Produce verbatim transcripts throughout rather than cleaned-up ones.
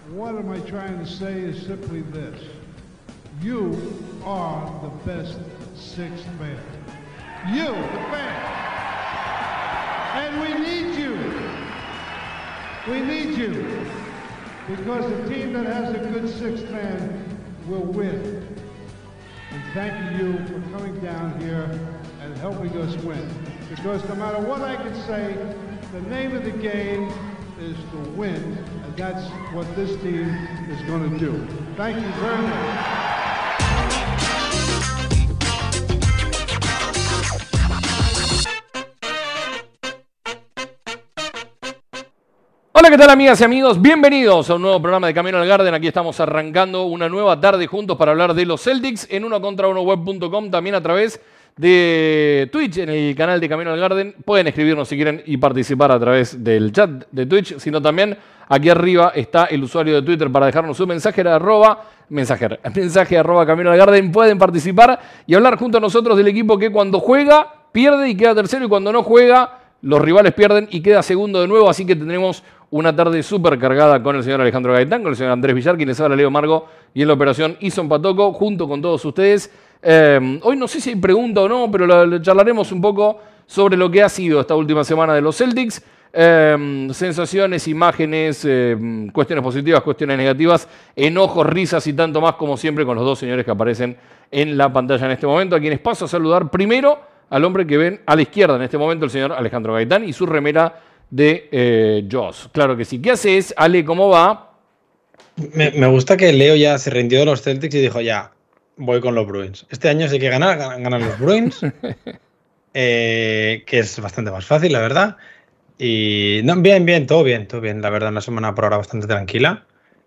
What am I trying to say is simply this. You are the best sixth man. You, the fan. And we need you. We need you. Because the team that has a good sixth man will win. And thank you for coming down here and helping us win. Because no matter what I can say, the name of the game is to win, and that's what this team is going to do. Thank you very much. Hola, ¿qué tal, amigas y amigos? Bienvenidos a un nuevo programa de Camino al Garden. Aquí estamos arrancando una nueva tarde juntos para hablar de los Celtics en uno contra uno web punto com, también a través de Twitch, en el canal de Camino al Garden. Pueden escribirnos si quieren y participar a través del chat de Twitch, sino también aquí arriba está el usuario de Twitter para dejarnos un mensaje, arroba, mensaje, mensaje arroba Camino al Garden. Pueden participar y hablar junto a nosotros del equipo que cuando juega pierde y queda tercero, y cuando no juega los rivales pierden y queda segundo de nuevo. Así que tendremos una tarde súper cargada con el señor Alejandro Gaitán, con el señor Andrés Villar, quien les habla, Leo Margo, y en la operación Ison Patoco, junto con todos ustedes. Eh, hoy no sé si hay pregunta o no, pero lo, lo charlaremos un poco sobre lo que ha sido esta última semana de los Celtics. Eh, sensaciones, imágenes, eh, cuestiones positivas, cuestiones negativas, enojos, risas y tanto más, como siempre, con los dos señores que aparecen en la pantalla en este momento, a quienes paso a saludar primero al hombre que ven a la izquierda en este momento, el señor Alejandro Gaitán, y su remera de eh, Joss. Claro que sí. ¿Qué haces, Ale? ¿Cómo va? Me, me gusta que Leo ya se rindió de los Celtics y dijo, ya, voy con los Bruins. Este año sí que ganar, ganan los Bruins, eh, que es bastante más fácil, la verdad. Y no, bien, bien, todo bien, todo bien. La verdad, una semana por ahora bastante tranquila.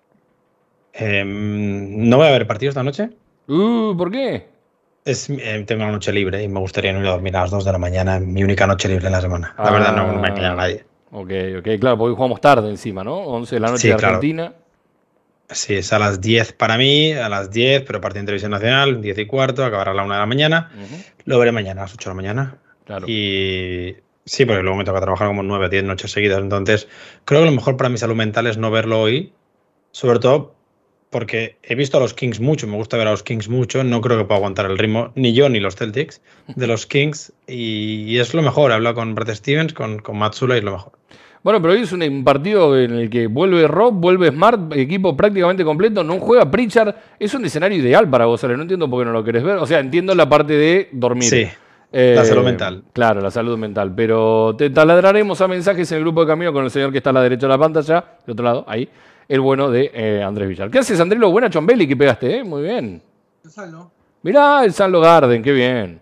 Eh, no voy a ver partidos esta noche. Uh, ¿por qué? Es, eh, tengo una noche libre y me gustaría no ir a dormir a las dos de la mañana, mi única noche libre en la semana. La ah, verdad, no, no me queda nadie. Ok, ok, claro, porque hoy jugamos tarde encima, ¿no? once de la noche, sí, de Argentina. Claro. Sí, es a las diez para mí, a las diez, pero partido en televisión nacional, diez y cuarto, acabará a la una de la mañana. Uh-huh. Lo veré mañana a las ocho de la mañana. Claro. Y sí, porque luego me toca trabajar como nueve o diez noches seguidas. Entonces, creo que lo mejor para mi salud mental es no verlo hoy, sobre todo porque he visto a los Kings mucho, me gusta ver a los Kings mucho, no creo que pueda aguantar el ritmo, ni yo ni los Celtics, de los Kings, y, y es lo mejor. He hablado con Brad Stevens, con, con Matsula, y es lo mejor. Bueno, pero hoy es un, un partido en el que vuelve Rob, vuelve Smart, equipo prácticamente completo, no juega Pritchard. Es un escenario ideal para vos, Ale. No entiendo por qué no lo querés ver. O sea, entiendo la parte de dormir. Sí, eh, la salud mental. Claro, la salud mental. Pero te taladraremos a mensajes en el grupo de Camino con el señor que está a la derecha de la pantalla, de otro lado, ahí, el bueno de eh, Andrés Villar. ¿Qué haces, Andrés? Lo buena Chombelli que pegaste, ¿eh? Muy bien. El Salno. Mirá, el San Garden, qué bien.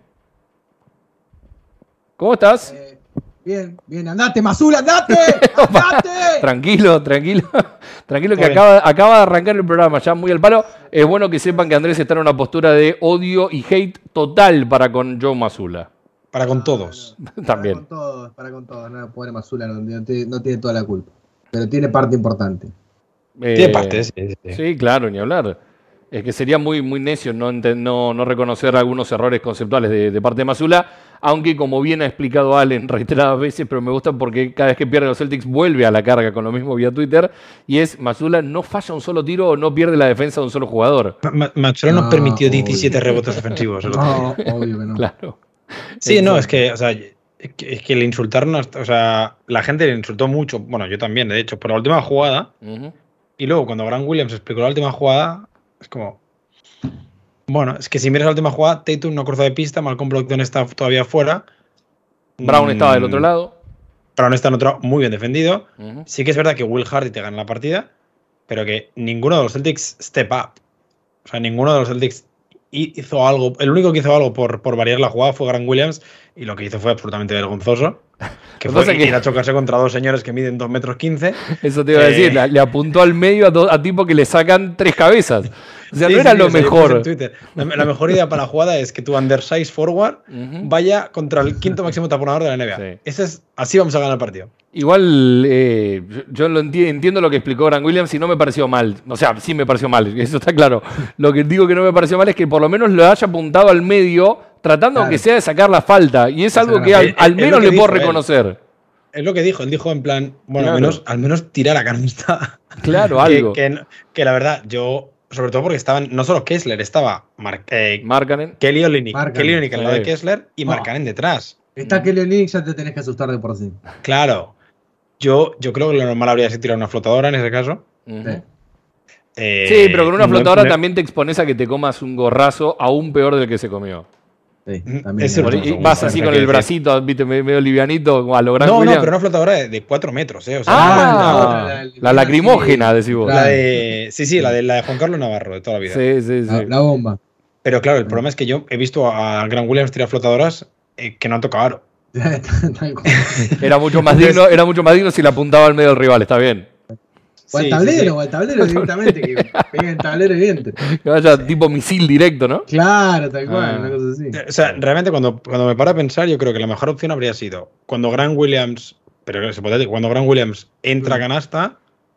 ¿Cómo estás? Eh, bien, bien. Andate, Masula, andate. Andate. Tranquilo, tranquilo. Tranquilo que acaba, acaba de arrancar el programa, ya muy al palo. Es bueno que sepan que Andrés está en una postura de odio y hate total para con Joe Mazzulla. Para con todos. No, no, También. Para con todos, para con todos. No, pobre Mazzulla no, no, tiene, no tiene toda la culpa. Pero tiene parte importante. Eh, Tiene parte, sí, sí. Sí, claro, ni hablar. Es que sería muy, muy necio no, no, no reconocer algunos errores conceptuales de, de parte de Mazzulla, aunque como bien ha explicado Allen reiteradas veces, pero me gusta porque cada vez que pierde los Celtics vuelve a la carga con lo mismo vía Twitter, y es Mazzulla no falla un solo tiro o no pierde la defensa de un solo jugador. Ma Mazzulla no, no permitió diecisiete obvio. Rebotes defensivos. No, obvio que no. Claro. Sí, Exacto. No, es que, o sea, es que le insultaron, o sea, la gente le insultó mucho, bueno, yo también, de hecho, por la última jugada, uh-huh. Y luego cuando Grant Williams explicó la última jugada, es como, bueno, es que si miras la última jugada, Tatum no cruzó de pista, Malcolm Brogdon está todavía fuera. Brown mm, estaba del otro lado. Brown está en otro, muy bien defendido. Uh-huh. Sí que es verdad que Will Hardy te gana la partida, pero que ninguno de los Celtics step up. O sea, ninguno de los Celtics hizo algo. El único que hizo algo por, por variar la jugada fue Grant Williams, y lo que hizo fue absolutamente vergonzoso. Que fue que... ir a chocarse contra dos señores que miden dos metros quince. Eso te iba a decir, eh... le apuntó al medio a, do, a tipo que le sacan tres cabezas. O sea, sí, no era sí, lo mejor. La, la mejor idea para la jugada es que tu undersize forward uh-huh. vaya contra el quinto máximo taponador de la N B A. Sí. Ese es, así vamos a ganar el partido. Igual, eh, yo lo enti entiendo lo que explicó Grant Williams y no me pareció mal. O sea, sí me pareció mal, eso está claro. Lo que digo que no me pareció mal es que por lo menos lo haya apuntado al medio, tratando claro. aunque sea de sacar la falta. Y es algo que al, al menos le puedo reconocer. es lo que dijo. Él dijo en plan, bueno, Claro. al, menos, al menos tirar a canasta. Claro, que, algo. que, que la verdad, yo, sobre todo porque estaban, no solo Kessler, estaba Mar, eh, Markkanen. Kelly Olynyk, Markkanen, Kelly Olynyk al lado de sí. Kessler y Ah. Markkanen detrás. Está Kelly Olynyk, ya te tenés que asustar de por sí. Claro. Yo, yo creo que lo normal habría sido tirar una flotadora en ese caso. Ujú. Sí. Eh, Sí, pero con una no- flotadora no- también te expones a que te comas un gorrazo aún peor del que se comió. Sí, Mm, también. es cierto. Por Últimos ahí segundos, vas ¿eh? así Hay con que el decir. bracito, viste, me- medio livianito, a lo Gran No, Williams. no, pero una flotadora de, de cuatro metros, ¿eh? O sea, Ah, la- la- la lacrimógena, decís vos. la de, sí, sí, la de, la de Juan Carlos Navarro, de toda la vida. Sí, sí, La, sí. la bomba. Pero claro, el problema es que yo he visto a Gran Williams tirar flotadoras eh, que no han tocado aro. Tal cual. Era mucho más digno, era mucho más digno si la apuntaba al medio del rival, está bien. O al Sí, tablero, sí, sí. o al tablero directamente, que pegue el tablero y entre. Que vaya tipo misil directo, ¿no? Claro, tal cual, Ah. una cosa así. O sea, realmente cuando, cuando me paro a pensar, yo creo que la mejor opción habría sido cuando Gran Williams, pero es hipotético, cuando Gran Williams entra a Mm. canasta,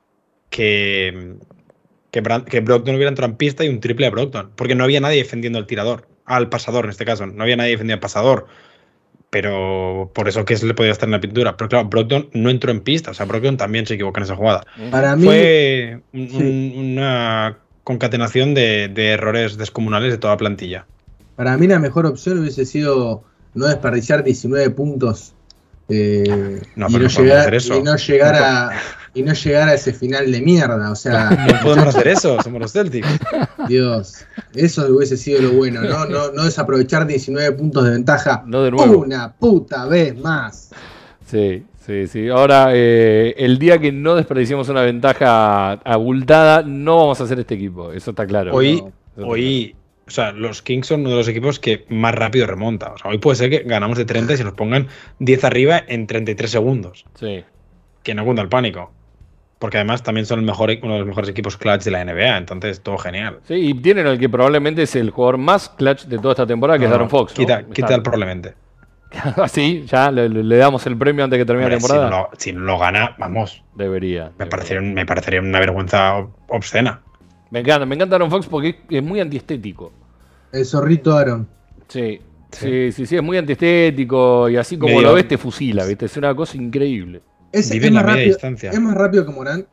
que, que, Bran- que Brogdon hubiera entrado en pista y un triple a Brogdon, porque no había nadie defendiendo al tirador, al pasador en este caso, no había nadie defendiendo al pasador. Pero por eso que le podía estar en la pintura. Pero claro, Brogdon no entró en pista, o sea, Brogdon también se equivocó en esa jugada. Para mí, Fue un- sí. un- una concatenación de, de errores descomunales de toda la plantilla. para mí la mejor opción hubiese sido no desperdiciar diecinueve puntos eh, No, y, pero no no podemos llegar, hacer eso. y no llegar No a y no llegar a ese final de mierda. O sea, No podemos hacer eso, somos los Celtics. Dios, eso hubiese sido lo bueno, ¿no? No, no desaprovechar diecinueve puntos de ventaja No de nuevo. una puta vez más. Sí, sí, sí. Ahora, eh, el día que no desperdiciemos una ventaja abultada, no vamos a hacer este equipo. Eso está claro. Hoy, Eso está hoy, o sea, los Kings son uno de los equipos que más rápido remonta. O sea, hoy puede ser que ganamos de treinta y se nos pongan diez arriba en treinta y tres segundos. claro. Sí. Que no cunda el pánico. Porque además también son el mejor, uno de los mejores equipos clutch de la N B A. Entonces, todo genial. Sí, y tienen el que probablemente es el jugador más clutch de toda esta temporada, que es No, Darren Fox. ¿no? Quita, Está- quita el probablemente. Así, ya le, le damos el premio antes que termine la Hombre, si, temporada. no lo, si no lo gana, vamos. Debería. Me debería. parecería, me parecería una vergüenza ob- obscena. Me encanta, me encanta Aaron Fox porque es, es muy antiestético. El zorrito Aaron. Sí, sí, sí, sí, es muy antiestético y así como Medio- lo ves te fusila, ¿viste? Es una cosa increíble. Es, Vive es en la más media rápido, distancia. es más rápido que Morán.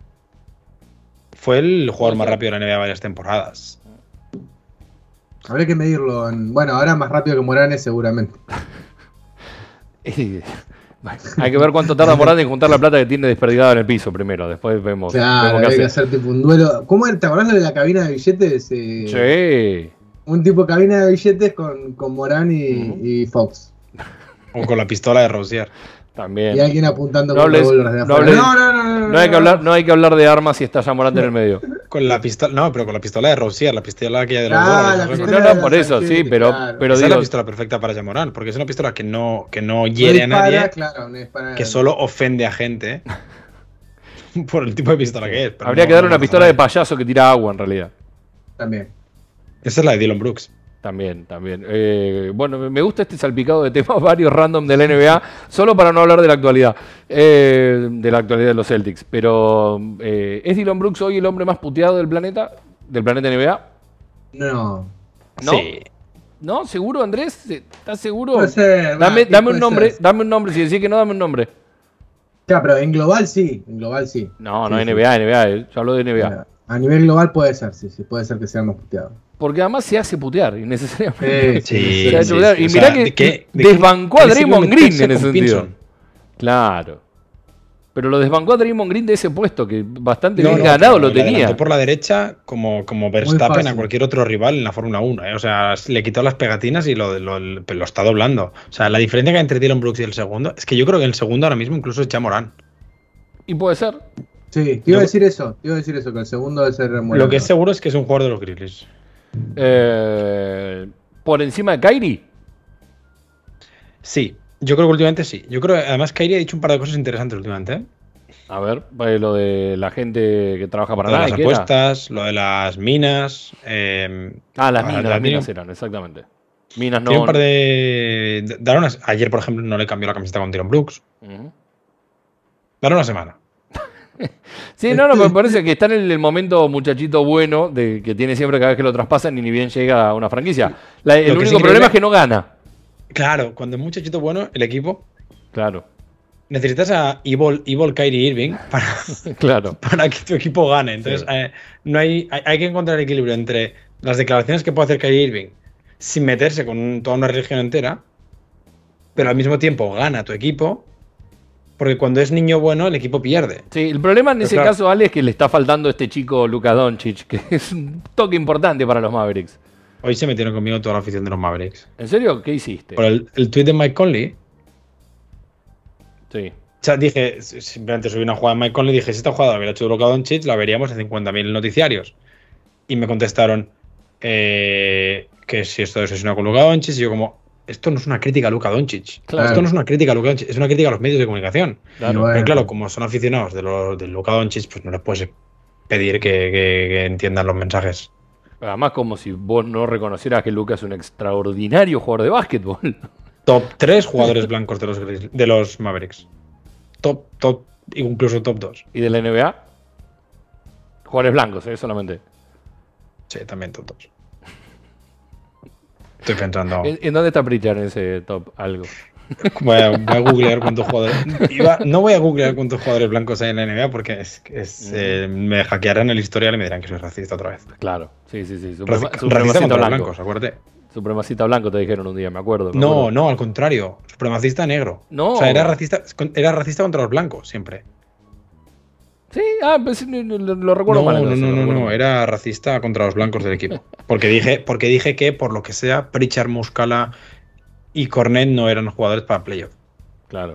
Fue el jugador más Puede ser. rápido de la N B A varias temporadas. Habría que medirlo. En, bueno, ahora más rápido que Morán es seguramente. Eh, bueno, hay que ver cuánto tarda Morán en juntar la plata que tiene desperdigada en el piso primero. Después vemos. Claro, vemos qué habría que hace. hacer tipo un duelo. ¿Cómo era? ¿Te acordás de la cabina de billetes? Eh, Sí. Un tipo cabina de billetes con, con Morán y, Ujú. y Fox. O con la pistola de Rosier. También. Y alguien apuntando No con hables- revólveres de no afuera. hables- No, no, no, no, No hay que hablar, no hay que hablar de armas si está ya Morán en el medio. Con la pistola, no, pero con la pistola de Rosier, la pistola aquella de los Ah, dólares. la ¿no? Sí, pistola no, de no, la por eso, sí, Sanchete, pero, claro. pero Esa es digo, la pistola perfecta para Jamorán, porque es una pistola que no, que no No hiere a dispara, nadie, claro, no dispara. que solo ofende a gente por el tipo de pistola que es. pero habría no- que dar no una mata a pistola de nadie. payaso que tira agua en realidad. También. Esa es la de Dylan Brooks. También, también. Eh, bueno, me gusta este salpicado de temas varios random de la N B A, solo para no hablar de la actualidad, eh, de la actualidad de los Celtics. Pero, eh, ¿es Dylan Brooks hoy el hombre más puteado del planeta? ¿Del planeta N B A? No. ¿No? Sí. ¿No? ¿Seguro, Andrés? ¿Estás seguro? Puede ser, Dame, va, sí, dame un puede nombre, ser. dame un nombre. Si decís que no, dame un nombre. Ya, pero en global sí. En global sí. No, Sí, no sí. N B A, N B A. eh, Yo hablo de N B A. A nivel global puede ser, sí, sí. Puede ser que sea más puteado. Porque además se hace putear, innecesariamente. Sí, Se ha hecho sí, putear. sí. Y O mirá sea, que ¿de qué- de desbancó qué a le sirve Draymond Green meterse en ese con sentido. Pinson? Claro. Pero lo desbancó a Draymond Green de ese puesto, que bastante No, bien no, ganado pero lo le tenía. adelantó por la derecha como, como Verstappen fácil. a cualquier otro rival en la Fórmula uno. ¿eh? O sea, le quitó las pegatinas y lo, lo, lo está doblando. O sea, la diferencia que hay entre Dylan Brooks y el segundo es que yo creo que el segundo ahora mismo incluso es Ja Morant. Y puede ser. Sí, te iba a Lo- decir eso. Te iba a decir eso, que el segundo debe ser Morán. Lo que es seguro es que es un jugador de los Grizzlies. Eh, por encima de Kyrie. Sí, yo creo que últimamente sí. Yo creo que además Kyrie ha dicho un par de cosas interesantes últimamente. ¿eh? A ver, eh, lo de la gente que trabaja para Lo de nada. las apuestas, lo de las minas. eh, Ah, las Ah, minas, ya las tiene- minas eran, exactamente. Minas tiene no. un par de. de- Dar unas- ayer, por ejemplo, no le cambió la camiseta con Dylan Brooks. Ujú. Dar una semana. Sí, no, no, me parece que está en el, el momento muchachito bueno de que tiene siempre cada vez que lo traspasan y ni bien llega a una franquicia. La- el Lo que único sí creo problema que- es que no gana. Claro, cuando es muchachito bueno, el equipo. Claro. necesitas a Evil, Evil Kyrie Irving para, claro. para que tu equipo gane. Entonces, sí. eh, no hay, hay, hay que encontrar el equilibrio entre las declaraciones que puede hacer Kyrie Irving sin meterse con un, toda una religión entera, pero al mismo tiempo gana tu equipo, porque cuando es niño bueno, el equipo pierde. Sí, el problema en pero ese claro, caso, Ale, es que le está faltando a este chico Luka Doncic, que es un toque importante para los Mavericks. Hoy se metieron conmigo toda la afición de los Mavericks. ¿En serio? ¿Qué hiciste? Por el, el tweet de Mike Conley. Sí. O sea, dije, simplemente subí una jugada de Mike Conley y dije, si esta jugada hubiera hecho Luka Doncic, la veríamos en cincuenta mil noticiarios. Y me contestaron eh, que si esto es una con Luka Doncic, y yo como, esto no es una crítica a Luka Doncic. Claro. Esto no es una crítica a Luka Doncic, es una crítica a los medios de comunicación. Claro. Pero claro, como son aficionados de, los, de Luka Doncic, pues no les puedes pedir que, que, que entiendan los mensajes. Además, como si vos no reconocieras que Luka es un extraordinario jugador de básquetbol. Top tres jugadores blancos de los, de los Mavericks. Top, top, incluso top dos. ¿Y de la N B A? Jugadores blancos, ¿eh? Solamente. Sí, también top dos. Estoy pensando. ¿En, ¿En dónde está Pritchard en ese top algo? Voy a, voy a googlear cuántos jugadores. Iba, no voy a googlear cuántos jugadores blancos hay en la N B A porque es, es, eh, me hackearán el historial y me dirán que soy racista otra vez. Claro, sí, sí, sí. Suprema, racista contra los blancos, acuérdate. Supremacista blanco te dijeron un día, me acuerdo. Me no, acuerdo. no, al contrario. Supremacista negro. No. O sea, era racista, era racista contra los blancos, siempre. Sí, ah, pues lo, lo recuerdo no, mal. No, entonces, no, no, no, no, no, era racista contra los blancos del equipo. Porque dije, porque dije que, por lo que sea, Pritchard, Muscala y Cornet no eran jugadores para playoff. Claro.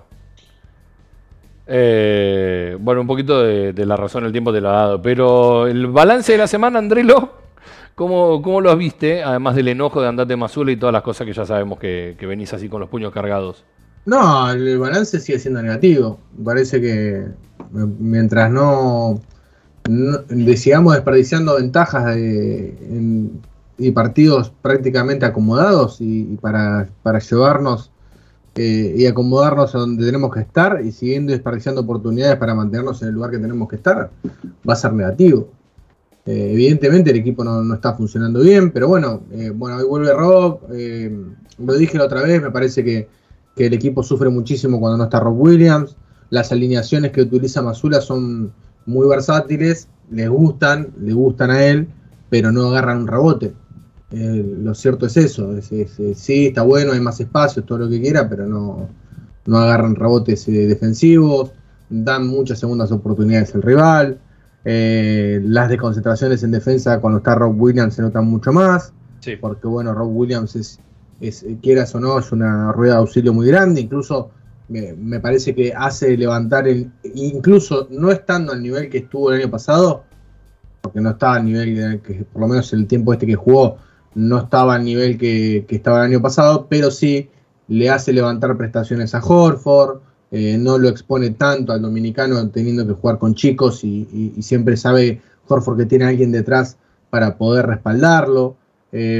Eh, bueno, un poquito de, de la razón el tiempo te lo ha dado. Pero el balance de la semana, Andrelo, ¿cómo, cómo lo viste? Además del enojo de Andate Mazula y todas las cosas que ya sabemos que, que venís así con los puños cargados. No, el balance sigue siendo negativo. Parece que mientras no, no sigamos desperdiciando ventajas de, en, y partidos prácticamente acomodados y, y para, para llevarnos eh, y acomodarnos a donde tenemos que estar y siguiendo desperdiciando oportunidades para mantenernos en el lugar que tenemos que estar, va a ser negativo. Eh, evidentemente el equipo no, no está funcionando bien, pero bueno, eh, bueno, hoy vuelve Rob, eh, lo dije la otra vez, me parece que que el equipo sufre muchísimo cuando no está Rob Williams. Las alineaciones que utiliza Mazula son muy versátiles, les gustan, le gustan a él, pero no agarran un rebote. Eh, lo cierto es eso, es, es, es, sí, está bueno, hay más espacio, todo lo que quiera, pero no, no agarran rebotes eh, defensivos, dan muchas segundas oportunidades al rival. Eh, las desconcentraciones en defensa cuando está Rob Williams se notan mucho más, sí. Porque bueno, Rob Williams es... Es, quieras o no, es una rueda de auxilio muy grande, incluso me, me parece que hace levantar, el, incluso no estando al nivel que estuvo el año pasado, porque no estaba al nivel, que por lo menos el tiempo este que jugó, no estaba al nivel que, que estaba el año pasado, pero sí le hace levantar prestaciones a Horford, eh, no lo expone tanto al dominicano teniendo que jugar con chicos y, y, y siempre sabe Horford que tiene a alguien detrás para poder respaldarlo. Eh,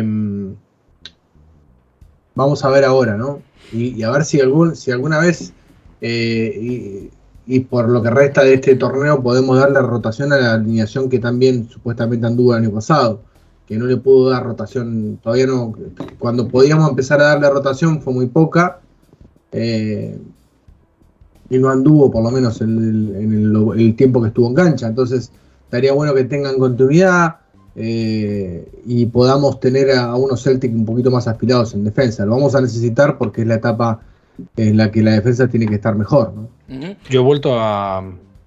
Vamos a ver ahora, ¿no? Y, y a ver si, algún, si alguna vez, eh, y, y por lo que resta de este torneo, podemos darle rotación a la alineación que también supuestamente anduvo el año pasado, que no le pudo dar rotación, todavía no, cuando podíamos empezar a darle rotación fue muy poca, eh, y no anduvo por lo menos en, el, en el, el tiempo que estuvo en cancha, entonces estaría bueno que tengan continuidad. Eh, y podamos tener a, a unos Celtics un poquito más aspirados en defensa. Lo vamos a necesitar porque es la etapa en la que la defensa tiene que estar mejor, ¿no? Uh-huh. Yo he vuelto a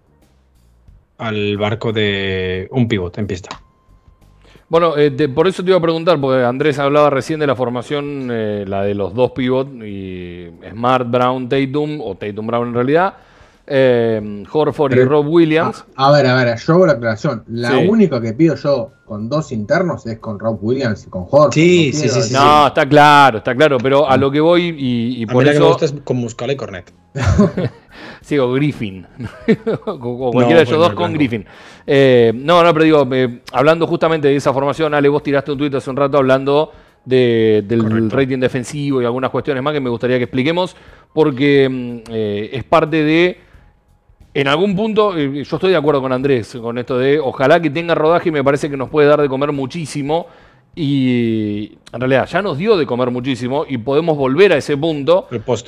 al barco de un pivot en pista. Bueno, eh, de, por eso te iba a preguntar, porque Andrés hablaba recién de la formación, eh, la de los dos pivot, y Smart, Brown, Tatum, o Tatum Brown en realidad. Eh, Horford Pero, y Rob Williams. A, a ver, a ver, yo hago la aclaración. La sí. única que pido yo con dos internos es con Rob Williams y con Horford. Sí, no sí, sí, sí. No, está claro, está claro. Pero a lo que voy y, y por a mí eso. La que me gusta es con Muscala y Cornet. Sí, o Griffin. o cualquiera no, de ellos dos con Griffin. Eh, no, no, pero digo, eh, hablando justamente de esa formación, Ale, vos tiraste un tuit hace un rato hablando de, del Correcto. rating defensivo y algunas cuestiones más que me gustaría que expliquemos, porque eh, es parte de. En algún punto, yo estoy de acuerdo con Andrés con esto de ojalá que tenga rodaje y me parece que nos puede dar de comer muchísimo y en realidad ya nos dio de comer muchísimo y podemos volver a ese punto. El postre.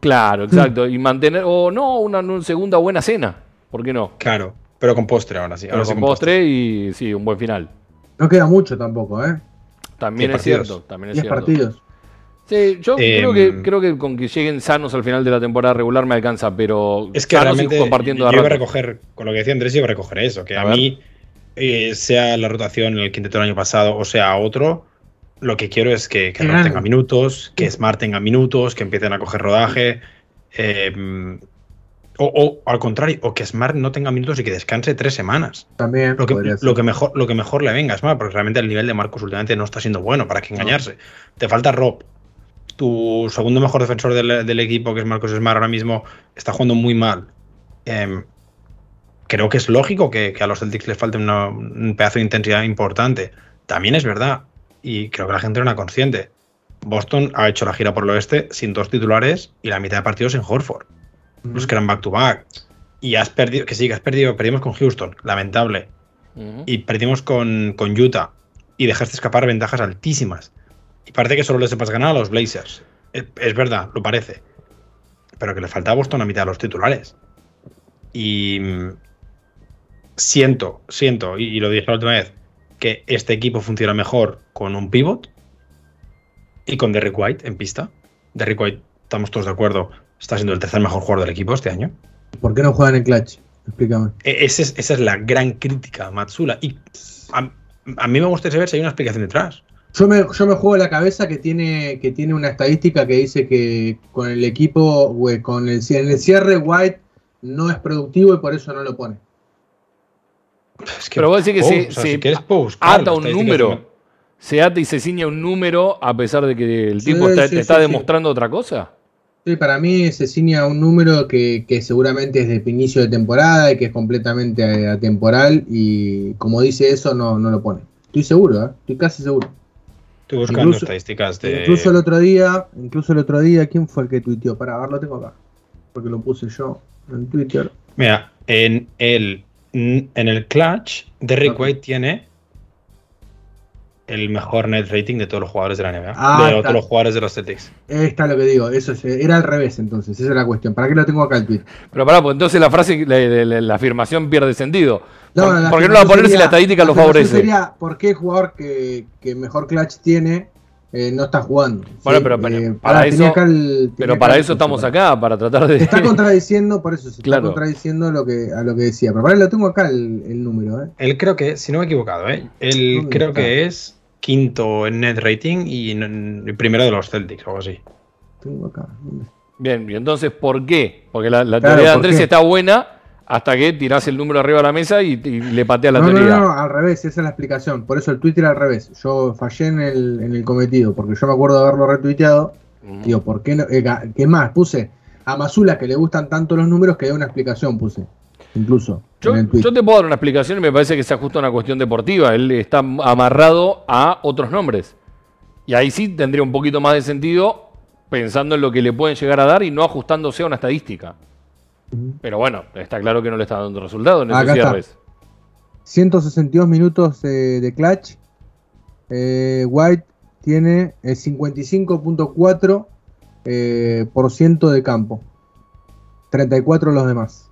Claro, exacto. Y mantener, o no, una, una segunda buena cena. ¿Por qué no? Claro, pero con postre ahora sí. Pero Ahora sí con postre y sí, un buen final. No queda mucho tampoco, ¿eh? También es partidos? cierto, también es diez cierto. partidos. Sí, yo Eh, creo que creo que con que lleguen sanos al final de la temporada regular me alcanza, pero Es que sanos realmente y compartiendo yo de iba a ratos. recoger, con lo que decía Andrés, yo iba a recoger eso, que A a, ver. mí, eh, sea la rotación en el quinteto del año pasado o sea otro, lo que quiero es que, que Que Rob gane. tenga minutos, que Smart tenga minutos, que empiecen a coger rodaje, eh, o, o al contrario, o que Smart no tenga minutos y que descanse tres semanas. También Lo que, podría ser. lo, que mejor, lo que mejor le venga a Smart, porque realmente el nivel de Marcus últimamente no está siendo bueno, para que engañarse. Te falta Rob. Tu segundo mejor defensor del, del equipo, que es Marcus Smart, ahora mismo está jugando muy mal. Eh, creo que es lógico que, que a los Celtics les falte una, un pedazo de intensidad importante. También es verdad, y creo que la gente no era consciente. Boston ha hecho la gira por el oeste sin dos titulares y la mitad de partidos en Horford. Mm. Los que eran back-to-back. Y has perdido, que sí, que has perdido, perdimos con Houston, lamentable. Ujú. Y perdimos con, con Utah. Y dejaste escapar ventajas altísimas. Y parece que solo le sepas ganar a los Blazers. Es, es verdad, lo parece. Pero que le falta a Boston a mitad de los titulares. Y mm, siento, siento, y, y lo dije la última vez, que este equipo funciona mejor con un pivot y con Derrick White en pista. Derrick White, estamos todos de acuerdo, está siendo el tercer mejor jugador del equipo este año. ¿Por qué no juegan en clutch? Explícame. E- ese es- esa es la gran crítica a Matsula. Y a, a mí me gustaría saber si hay una explicación detrás. Yo me, yo me juego la cabeza que tiene, que tiene una estadística que dice que con el equipo, güey, con el, en el cierre, White no es productivo y por eso no lo pone. Es Pero vos decís que oh, se- o sea, se si quieres puedo buscar ata las un estadísticas número, de- se ata y se ciña un número a pesar de que el Sí, tipo está, sí, te está sí, sí. demostrando otra cosa. Sí, para mí se ciña un número que, que seguramente es de inicio de temporada y que es completamente eh, atemporal y como dice eso no, no lo pone. Estoy seguro, ¿eh? Estoy casi seguro. Estoy buscando Incluso- estadísticas de. Incluso el otro día, incluso el otro día, ¿quién fue el que tuiteó? Para ver, lo tengo acá. Porque lo puse yo en Twitter. Mira, en el, en el clutch, Derrick Ok. White tiene el mejor net rating de todos los jugadores de la N B A. Ah, de está. todos los jugadores de los Celtics. Está lo que digo, eso es- era al revés entonces, esa es la cuestión. ¿Para qué lo tengo acá el tweet? Pero pará, pues entonces la frase, la, la- la afirmación pierde sentido. No, ¿Por, la por qué no la va a poner si afirmación la estadística sería- lo la afirmación favorece? Sería, ¿por qué el jugador que, que mejor clutch tiene eh, no está jugando? Bueno, Sí, pero- pero eh, para pará, eso- tenía acá el- tenía Pero acá para el eso coso, estamos pará. acá, para tratar de... Se está contradiciendo, por eso se Claro. está contradiciendo lo que, a lo que decía. Pero para lo tengo acá el, el número, ¿eh? Él creo que, si no me he equivocado, ¿eh? él ¿Dónde creo está? que es quinto en net rating y en- en primero de los Celtics o algo así. Tengo acá. ¿dónde está? Bien, y entonces, ¿por qué? Porque la, la Claro, teoría de ¿por Andrés qué? está buena hasta que tirás el número arriba de la mesa y, y le pateas la No, no, teoría. no, no, al revés, esa es la explicación. Por eso el Twitter al revés. Yo fallé en el, en el cometido, porque yo me acuerdo de haberlo retuiteado. Ujú. Digo, ¿por qué no? Eh, ga- ¿Qué más? Puse a Mazula que le gustan tanto los números que dé una explicación, puse. Incluso. Yo, en el tweet. yo te puedo dar una explicación y me parece que se ajusta a una cuestión deportiva. Él está amarrado a otros nombres. Y ahí sí tendría un poquito más de sentido pensando en lo que le pueden llegar a dar y no ajustándose a una estadística. Ujú. Pero bueno, está claro que no le está dando resultado en esos Acá está. cierres. ciento sesenta y dos minutos eh, de clutch. Eh, White tiene el cincuenta y cinco punto cuatro eh, por ciento de campo. treinta y cuatro los demás.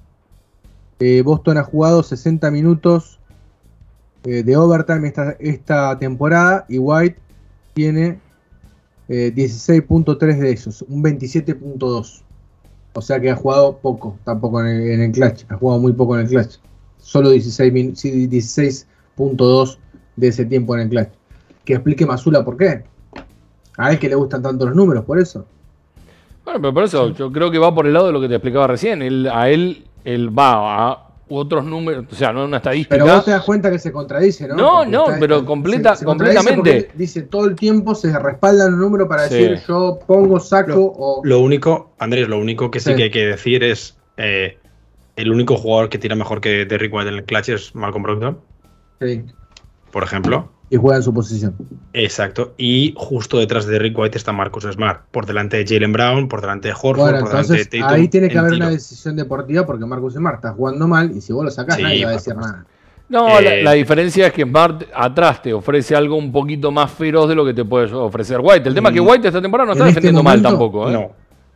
Eh, Boston ha jugado sesenta minutos eh, de overtime esta, esta temporada y White tiene eh, dieciséis punto tres de ellos, un veintisiete punto dos. O sea que ha jugado poco, tampoco en el, en el clutch, ha jugado muy poco en el clutch. Solo dieciséis punto dos de ese tiempo en el clutch. Que explique Mazula por qué. A él que le gustan tanto los números, por eso. Bueno, pero por eso yo creo que va por el lado de lo que te explicaba recién. Él, a él, él va a otros números, o sea, no una estadística. Pero vos te das cuenta que se contradice, ¿no? No, Porque no, pero completa- se contradice completamente. porque Dice todo el tiempo, se respaldan los números para Sí. decir yo pongo, saco Lo, o... lo único, Andrés, lo único que sí, Sí. que hay que decir es eh, el único jugador que tira mejor que Derrick White en el clutch es Malcolm Brogdon, Sí, por ejemplo. y juega en su posición. Exacto. Y justo detrás de Derrick White está Marcus Smart, por delante de Jaylen Brown, por delante de Horford, Bueno, por delante de entonces Tatum. ahí tiene que en haber tiro. una decisión deportiva porque Marcus Smart está jugando mal y si vos lo sacás Sí, nadie va a por decir supuesto. nada. No, la, Eh, la diferencia es que Smart atrás te ofrece algo un poquito más feroz de lo que te puede ofrecer White. El tema es que Mm. White esta temporada no está En este defendiendo mal momento, tampoco. ¿eh? No.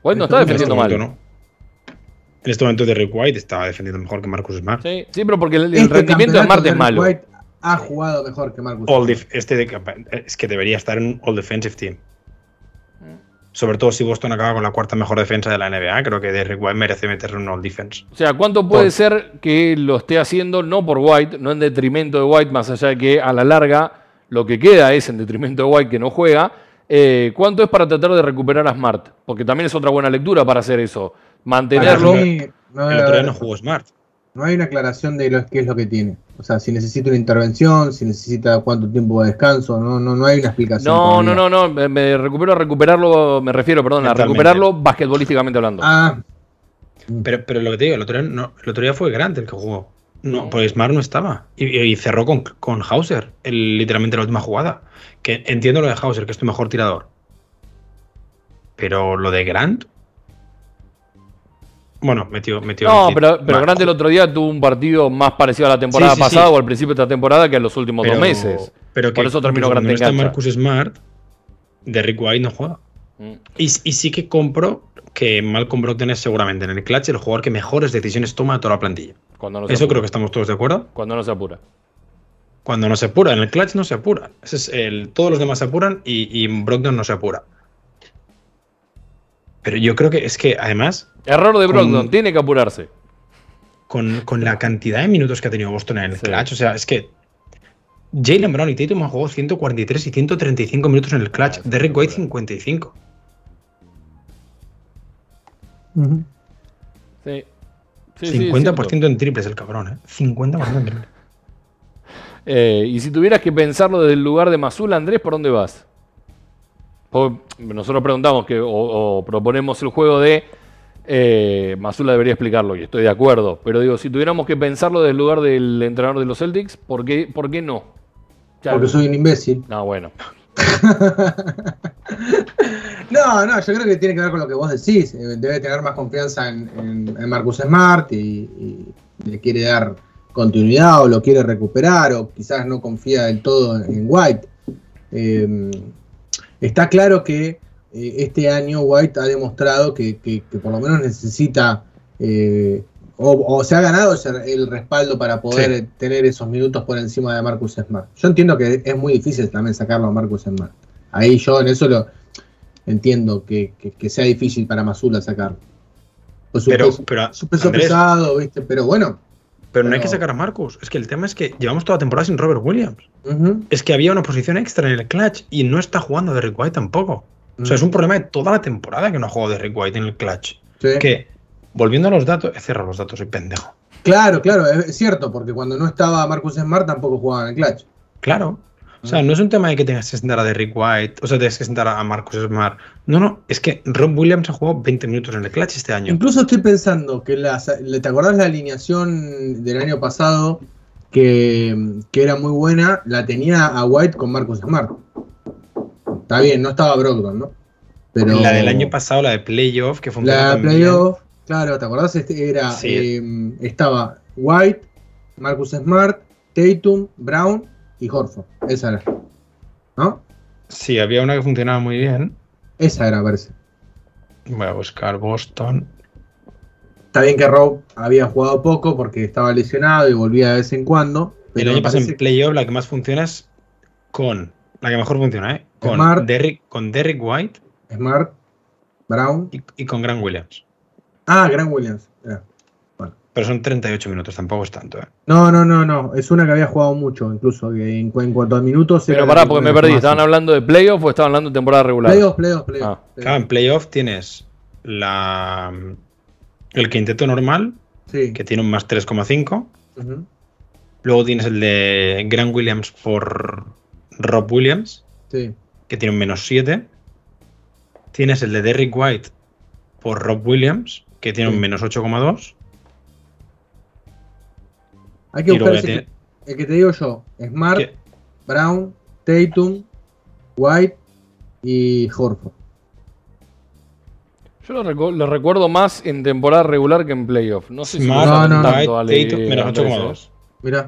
White no está En este defendiendo momento mal. no. En este momento Derrick White estaba defendiendo mejor que Marcus Smart. Sí, sí, pero porque el, el Este rendimiento de campeonato, Smart es Derrick malo. White ha jugado mejor que Marcus All Smart. def- este de, es que debería estar en un All Defensive Team. Sobre todo si Boston acaba con la cuarta mejor defensa de la N B A, creo que Derrick White merece meterse en un All Defense. O sea, ¿cuánto puede Por- ser que lo esté haciendo no por White, no en detrimento de White, más allá de que a la larga lo que queda es en detrimento de White que no juega? Eh, ¿Cuánto es para tratar de recuperar a Smart? Porque también es otra buena lectura para hacer eso. Mantenerlo. Para mí, no, El a otro día ver, no jugó Smart. no hay una aclaración de lo, qué es lo que tiene. O sea, si necesita una intervención, si necesita cuánto tiempo de descanso, no, no, no hay una explicación. No, no, todavía. no, no. Me, me recupero a recuperarlo, me refiero, perdón, a Mentalmente. recuperarlo basquetbolísticamente hablando. Ah, Pero, pero lo que te digo, el otro día, no, el otro día fue Grant el que jugó. No, porque Smart no estaba. Y, y cerró con, con Hauser, el, literalmente la última jugada. Que entiendo lo de Hauser, que es tu mejor tirador. Pero lo de Grant. Bueno, metió. metió No, metió- pero, pero bueno, Grant el otro día tuvo un partido más parecido a la temporada Sí, sí, pasada sí. o al principio de esta temporada que a los últimos pero- dos meses. Pero que Por eso terminó incluso Grant cuando no en está cancha. Marcus Smart, Derrick White no juega. Mm. Y, y sí que compro que Malcolm Brogdon es seguramente en el clutch el jugador que mejores decisiones toma de toda la plantilla. Cuando no se Eso apura. creo que estamos todos de acuerdo. Cuando no se apura. Cuando no se apura, en el clutch no se apura. Ese es el, todos los demás se apuran y, y Brogdon no se apura. Pero yo creo que es que además, Error de Con- Brogdon, tiene que apurarse. con, con la cantidad de minutos que ha tenido Boston en el Sí. clutch, o sea, es que Jaylen Brown y Tatum han jugado ciento cuarenta y tres y ciento treinta y cinco minutos en el clutch. Ah, es Derrick una White locura. cincuenta y cinco. ujú. Sí. Sí, sí, cincuenta por es ciento en triples el cabrón, ¿eh? cincuenta por ciento en triples. Eh, y si tuvieras que pensarlo desde el lugar de Mazula, Andrés, ¿por dónde vas? Porque nosotros preguntamos que, o, o proponemos el juego de eh, Mazula debería explicarlo, y estoy de acuerdo. Pero digo, si tuviéramos que pensarlo desde el lugar del entrenador de los Celtics, ¿por qué, por qué no? Ya- Porque soy un imbécil. No, bueno. No, no, yo creo que tiene que ver con lo que vos decís. Eh, Debe tener más confianza en, en- en Marcus Smart y, y le quiere dar continuidad o lo quiere recuperar o quizás no confía del todo en White. Eh, está claro que eh, este año White ha demostrado que, que- que por lo menos necesita eh, o, o se ha ganado ese- el respaldo para poder Sí. tener esos minutos por encima de Marcus Smart. Yo entiendo que es muy difícil también sacarlo a Marcus Smart. Ahí yo en eso lo entiendo que, que- que sea difícil para Mazula sacarlo. Pues su Pero, peso, pero, su peso Andrés, pesado, ¿viste? Pero bueno. pero no hay pero- que sacar a Marcus. Es que el tema es que llevamos toda la temporada sin Robert Williams. Ujú, Es que había una posición extra en el clutch y no está jugando Derrick White tampoco. O sea, es un problema de toda la temporada que no ha jugado Derrick White en el clutch. sí. Que, volviendo a los datos, he cerrado los datos, soy pendejo. Claro, claro, es cierto, porque cuando no estaba Marcus Smart tampoco jugaba en el clutch. Claro. O sea, no es un tema de que tengas que sentar a Derrick White, o sea, tengas que sentar a Marcus Smart. No, no, es que Rob Williams ha jugado veinte minutos en el clutch este año. Incluso estoy pensando que las, ¿te acordás la alineación del año pasado que, que era muy buena? La tenía a White con Marcus Smart. Está bien, no estaba Brogdon, ¿no? Pero La del año pasado, la de playoff, que funcionó la también. playoff, claro, ¿te acordás? Este era, Sí. eh, estaba White, Marcus Smart, Tatum, Brown y Horford. Esa era. ¿No? Sí, había una que funcionaba muy bien. Esa era, parece. Voy a buscar Boston. Está bien que Rob había jugado poco porque estaba lesionado y volvía de vez en cuando. El Pero año me pasado parece en playoff la que más funciona es con. La que mejor funciona, ¿eh? Con Smart. Derrick, con Derrick White que Smart, Brown. y, y con Grant Williams. Ah, Grant Williams. Era. Pero son treinta y ocho minutos, tampoco es tanto, ¿eh? No, no, no, no. Es una que había jugado mucho, incluso. Que en, cu- en cuanto a minutos. Pero era pará, la que porque me más- perdí. más- ¿Estaban hablando de playoff o estaban hablando de temporada regular? Playoff, playoff, playoff. Ah. playoff. Claro, en playoff tienes la, el quinteto normal, Sí. que tiene un más tres coma cinco. Ujú. Luego tienes el de Grant Williams por Rob Williams, Sí. que tiene un menos siete. Tienes el de Derrick White por Rob Williams, que tiene Sí. un menos ocho coma dos. Hay que Y luego buscar ya ese tiene- que- el que te digo yo. Smart, que- Brown, Tatum, White y Horford. Yo lo, recu- lo recuerdo más en temporada regular que en playoff. No sé si Smart, lo usan no, no, tanto, White, Ale, Tatum, menos Andrés, ocho coma ¿eh? dos. Mirá.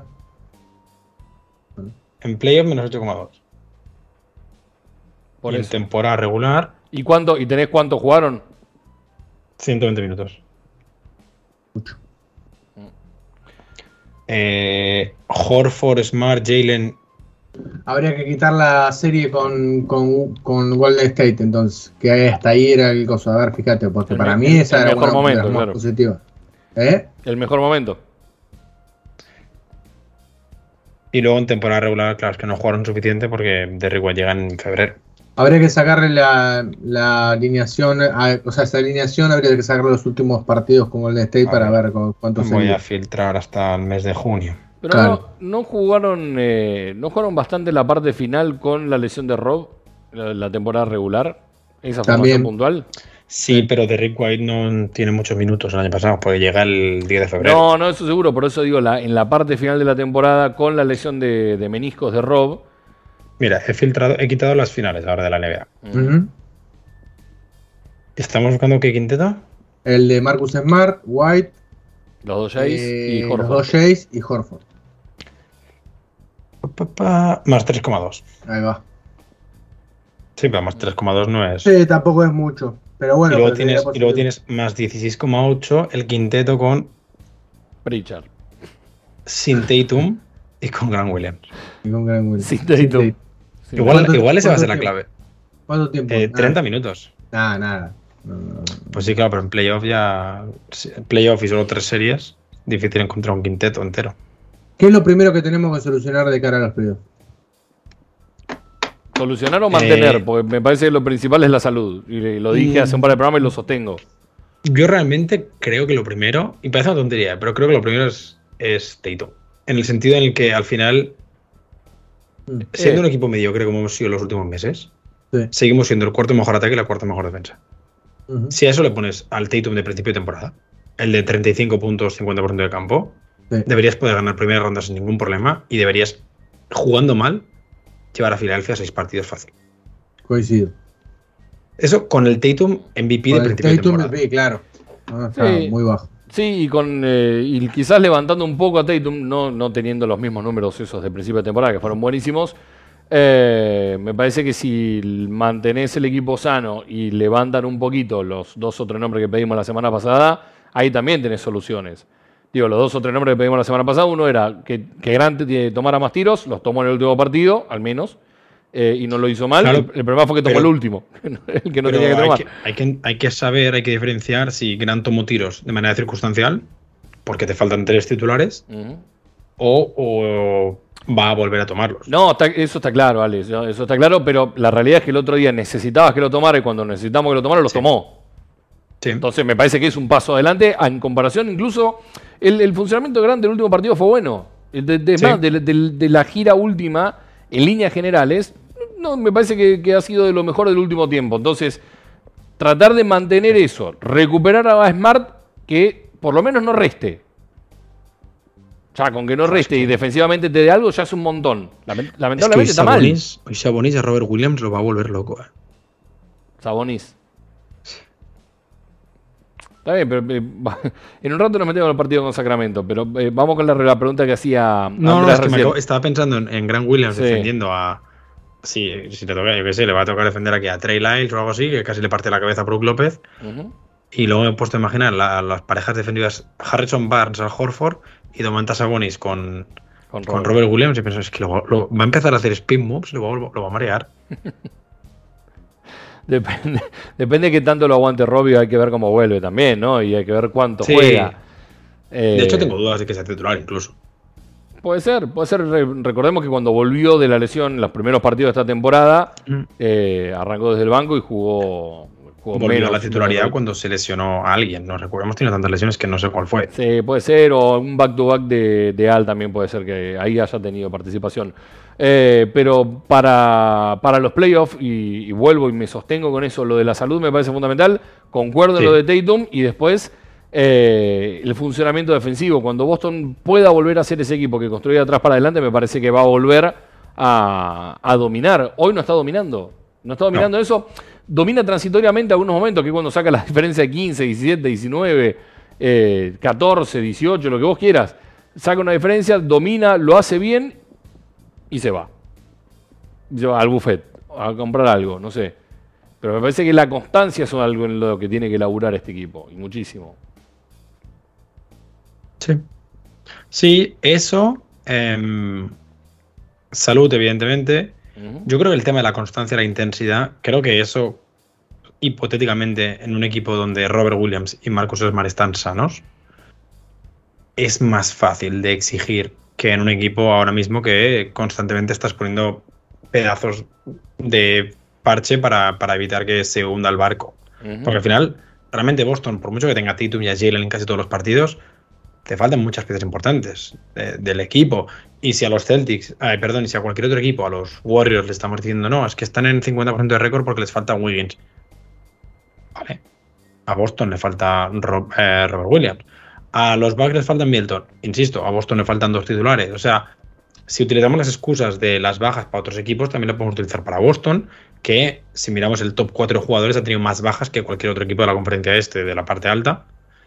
En playoff menos ocho coma dos. Por Y en eso. temporada regular, ¿Y, cuánto, ¿Y tenés cuántos jugaron? ciento veinte minutos. Mucho. Eh, Horford, Smart, Jalen. Habría que quitar la serie con, con, con Golden State, entonces, que hasta ahí era el coso. A ver, fíjate, porque El para me- mí el- esa el era mejor una momento, de las más claro. positivas. ¿Eh? El mejor momento. Y luego en temporada regular, claro, es que no jugaron suficiente porque Derrick White llega en febrero. Habría que sacarle la, la alineación, a- o sea, esa alineación habría que sacarle los últimos partidos con Golden State A para ver, ver cu- cuántos Voy sería. a filtrar hasta el mes de junio. Pero Claro. no, no jugaron eh, no jugaron bastante la parte final con la lesión de Rob, la, la temporada regular. Esa formación También. puntual. Sí, pero Derrick White no tiene muchos minutos el año pasado porque llega el diez de febrero. No, no, eso seguro. Por eso digo, la, en la parte final de la temporada con la lesión de, de meniscos de Rob. Mira, he filtrado, he quitado las finales ahora de la N B A. Ujú. ¿Estamos buscando qué quinteto? El de Marcus Smart, White, Los dos Jays eh, y los Horford. dos Jays y Horford. Pa, pa, pa, más tres coma dos. Ahí va. Sí, pero más tres coma dos no es. Sí, tampoco es mucho. Pero bueno, y, luego pero sería tienes, y luego positivo. tienes más dieciséis coma ocho el quinteto con Pritchard. Sin Tatum y con Grant Williams. Y con Grant Williams. Sin Tatum. Sí. Sí. Igual, ¿Cuánto- igual esa va a ser la cuánto clave. ¿Cuánto tiempo? Eh, Nada. treinta minutos. Nada, nada. No, no, no. Pues sí, claro, pero en playoff ya. sí, Playoff y solo tres series. Difícil encontrar un quinteto entero. ¿Qué es lo primero que tenemos que solucionar de cara a los playoffs? Solucionar o mantener, Eh, porque me parece que lo principal es la salud. Y lo dije y- hace un par de programas y lo sostengo. Yo realmente creo que lo primero, y parece una tontería, pero creo que lo primero es, es Tatum. En el sentido en el que al final, siendo Eh. un equipo mediocre como hemos sido los últimos meses, Sí. seguimos siendo el cuarto mejor ataque y la cuarta mejor defensa. Ujú. Si a eso le pones al Tatum de principio de temporada, el de treinta y cinco puntos, cincuenta por ciento de campo, Sí. deberías poder ganar primera ronda sin ningún problema y deberías, jugando mal, llevar a Filadelfia a seis partidos fácil. Coincido. Eso con el Tatum M V P de Con el principio de Tatum, temporada. sí, claro. No, está Sí. muy bajo. Sí, y con eh, y quizás levantando un poco a Tatum, no, no teniendo los mismos números esos de principio de temporada, que fueron buenísimos. eh, me parece que si mantenés el equipo sano y levantan un poquito los dos o tres nombres que pedimos la semana pasada, ahí también tenés soluciones. Digo, los dos o tres nombres que pedimos la semana pasada, uno era que, que Grant eh, tomara más tiros, los tomó en el último partido, al menos, eh, y no lo hizo mal. Claro, el, el problema fue que tomó pero- el último, el que no Pero tenía que hay tomar. que, hay, que, hay que saber, hay que diferenciar si Grant tomó tiros de manera circunstancial, porque te faltan tres titulares, Ujú. o, o va a volver a tomarlos. No, está- eso está claro, Alex, ¿no? Eso está claro, pero la realidad es que el otro día necesitabas que lo tomara y cuando necesitamos que lo tomara, lo Sí. tomó. Sí. Entonces me parece que es un paso adelante en comparación, incluso el, el funcionamiento grande del último partido fue bueno. El de, de- Sí. más, de, de- de la gira última, en líneas generales, no, me parece que, que ha sido de lo mejor del último tiempo. Entonces, tratar de mantener eso, recuperar a Smart, que por lo menos no reste. Ya, con que no reste y defensivamente te dé algo, ya es un montón. Lament- Es que hoy lamentablemente está mal. Sabonis, hoy Sabonis a Robert Williams lo va a volver loco. eh. Sabonis. Está bien, pero eh, va- en un rato nos metemos en el partido con Sacramento, pero eh, vamos con la, la pregunta que hacía No, no, Andrés es que me recién. acabo- estaba pensando en, en Grant Williams Sí. defendiendo a. Sí, si te toca, yo qué sé, le va a tocar defender aquí a Trey Lyles o algo así, que casi le parte la cabeza a Brook López. Ujú. Y luego me he puesto a imaginar la- las parejas defensivas Harrison Barnes al Horford y Domantas Sabonis con, Con con Robert. Robert Williams. Y pienso, es que lo, lo- va a empezar a hacer spin moves, lo va, lo va a marear. Depende, depende de qué tanto lo aguante Robbie, hay que ver cómo vuelve también, ¿no? Y hay que ver cuánto Sí. juega. Eh, De hecho, tengo dudas de que sea titular incluso. Puede ser, puede ser. Re- Recordemos que cuando volvió de la lesión en los primeros partidos de esta temporada, Mm. eh, arrancó desde el banco y jugó, jugó Volvió menos. a la titularidad menos- cuando se lesionó a alguien. No recuerdo, hemos tenido tantas lesiones que no sé cuál fue. Sí, puede ser, o un back-to-back de, de Al también puede ser que ahí haya tenido participación. Eh, pero para, para los playoffs, y, y vuelvo y me sostengo con eso, lo de la salud me parece fundamental, concuerdo en Sí. lo de Tatum, y después eh, el funcionamiento defensivo. Cuando Boston pueda volver a ser ese equipo que construye de atrás para adelante, me parece que va a volver a, a dominar. Hoy no está dominando, no está dominando eso. Domina transitoriamente algunos momentos, que cuando saca la diferencia de quince, diecisiete, diecinueve, eh, catorce, dieciocho, lo que vos quieras, saca una diferencia, domina, lo hace bien y se va. Yo, al buffet, a comprar algo, no sé. Pero me parece que la constancia es algo en lo que tiene que laburar este equipo, y muchísimo. Sí. Sí, eso. Eh, salud, evidentemente. Uh-huh. Yo creo que el tema de la constancia y la intensidad, creo que eso, hipotéticamente, en un equipo donde Robert Williams y Marcus Smart están sanos, es más fácil de exigir que en un equipo ahora mismo que constantemente estás poniendo pedazos de parche para, para evitar que se hunda el barco. Uh-huh. Porque al final, realmente Boston, por mucho que tenga a Tatum y a Jalen en casi todos los partidos, te faltan muchas piezas importantes de, del equipo. Y si a los Celtics, ay, perdón, y si a cualquier otro equipo, a los Warriors le estamos diciendo no, es que están en cincuenta por ciento de récord porque les falta Wiggins. Vale. A Boston le falta Rob, eh, Robert Williams. A los Bucks les faltan Milton. Insisto, a Boston le faltan dos titulares. O sea, si utilizamos las excusas de las bajas para otros equipos, también lo podemos utilizar para Boston, que si miramos el top cuatro jugadores ha tenido más bajas que cualquier otro equipo de la conferencia este, de la parte alta.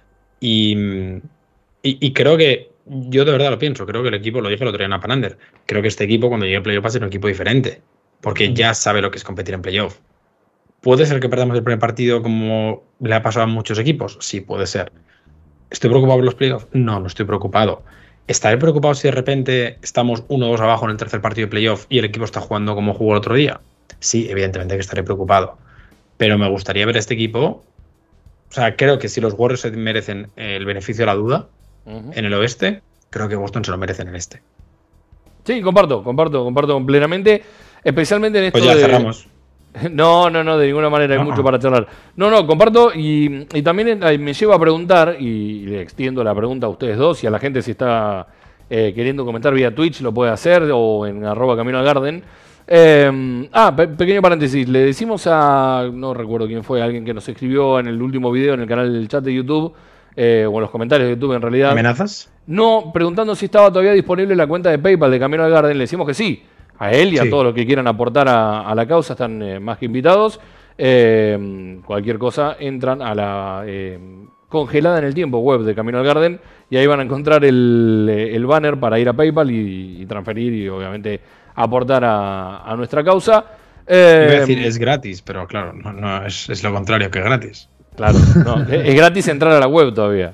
Y, y, y creo que, yo de verdad lo pienso, creo que el equipo, lo dije el otro día en Apanander, creo que este equipo cuando llegue a playoff va a ser un equipo diferente, porque ya sabe lo que es competir en playoff. ¿Puede ser que perdamos el primer partido como le ha pasado a muchos equipos? Sí, puede ser. ¿Estoy preocupado por los playoffs? No, no estoy preocupado. ¿Estaré preocupado si de repente estamos uno dos abajo en el tercer partido de playoff y el equipo está jugando como jugó el otro día? Sí, evidentemente que estaré preocupado. Pero me gustaría ver a este equipo. O sea, creo que si los Warriors se merecen el beneficio de la duda uh-huh. en el oeste, creo que Boston se lo merece en el este. Sí, comparto, comparto, comparto plenamente. Especialmente en esto pues ya de... cerramos. No, no, no, de ninguna manera, hay uh-huh. mucho para charlar. No, no, comparto y, y también me llevo a preguntar, y le extiendo la pregunta a ustedes dos, y a la gente si está eh, queriendo comentar vía Twitch lo puede hacer, o en arroba Camino al Garden. Eh, ah, pe- pequeño paréntesis, le decimos a, no recuerdo quién fue, alguien que nos escribió en el último video en el canal del chat de YouTube, eh, o en los comentarios de YouTube en realidad. ¿Amenazas? No, preguntando si estaba todavía disponible la cuenta de PayPal de Camino al Garden, le decimos que sí. A él y sí. a todos los que quieran aportar a, a la causa están eh, más que invitados. Eh, cualquier cosa, entran a la eh, congelada en el tiempo web de Camino al Garden y ahí van a encontrar el, el banner para ir a PayPal y, y transferir y obviamente aportar a, a nuestra causa. Eh, Iba a decir, es gratis, pero claro, no, no es, es lo contrario que gratis. Claro, no, es, es gratis entrar a la web todavía.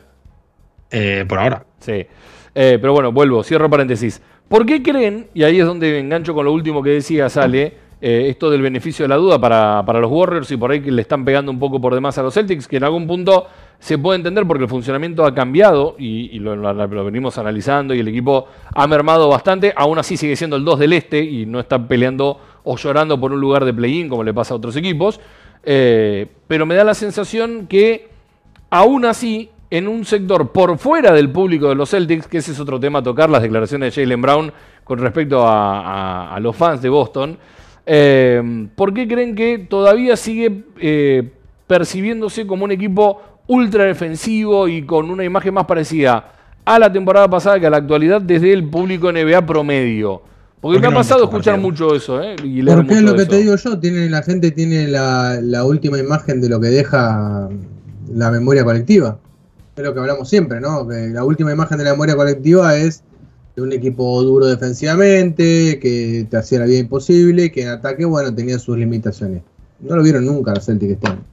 Eh, por ahora. Sí. Eh, pero bueno, vuelvo, cierro paréntesis. ¿Por qué creen, y ahí es donde engancho con lo último que decía Sale, eh, esto del beneficio de la duda para, para los Warriors y por ahí que le están pegando un poco por demás a los Celtics, que en algún punto se puede entender porque el funcionamiento ha cambiado y, y lo, lo, lo venimos analizando y el equipo ha mermado bastante, aún así sigue siendo el dos del este y no está peleando o llorando por un lugar de play-in como le pasa a otros equipos, eh, pero me da la sensación que aún así en un sector por fuera del público de los Celtics, que ese es otro tema a tocar, las declaraciones de Jaylen Brown con respecto a, a, a los fans de Boston. Eh, ¿Por qué creen que todavía sigue eh, percibiéndose como un equipo ultra defensivo y con una imagen más parecida a la temporada pasada que a la actualidad desde el público N B A promedio? Porque me ha pasado escuchar mucho eso, ¿eh? Y leer Porque mucho es lo que eso. te digo yo, tiene, la gente tiene la, la última imagen de lo que deja la memoria colectiva. Es lo que hablamos siempre, ¿no? Que la última imagen de la memoria colectiva es de un equipo duro defensivamente, que te hacía la vida imposible, que en ataque, bueno, tenía sus limitaciones. No lo vieron nunca los Celtics este año.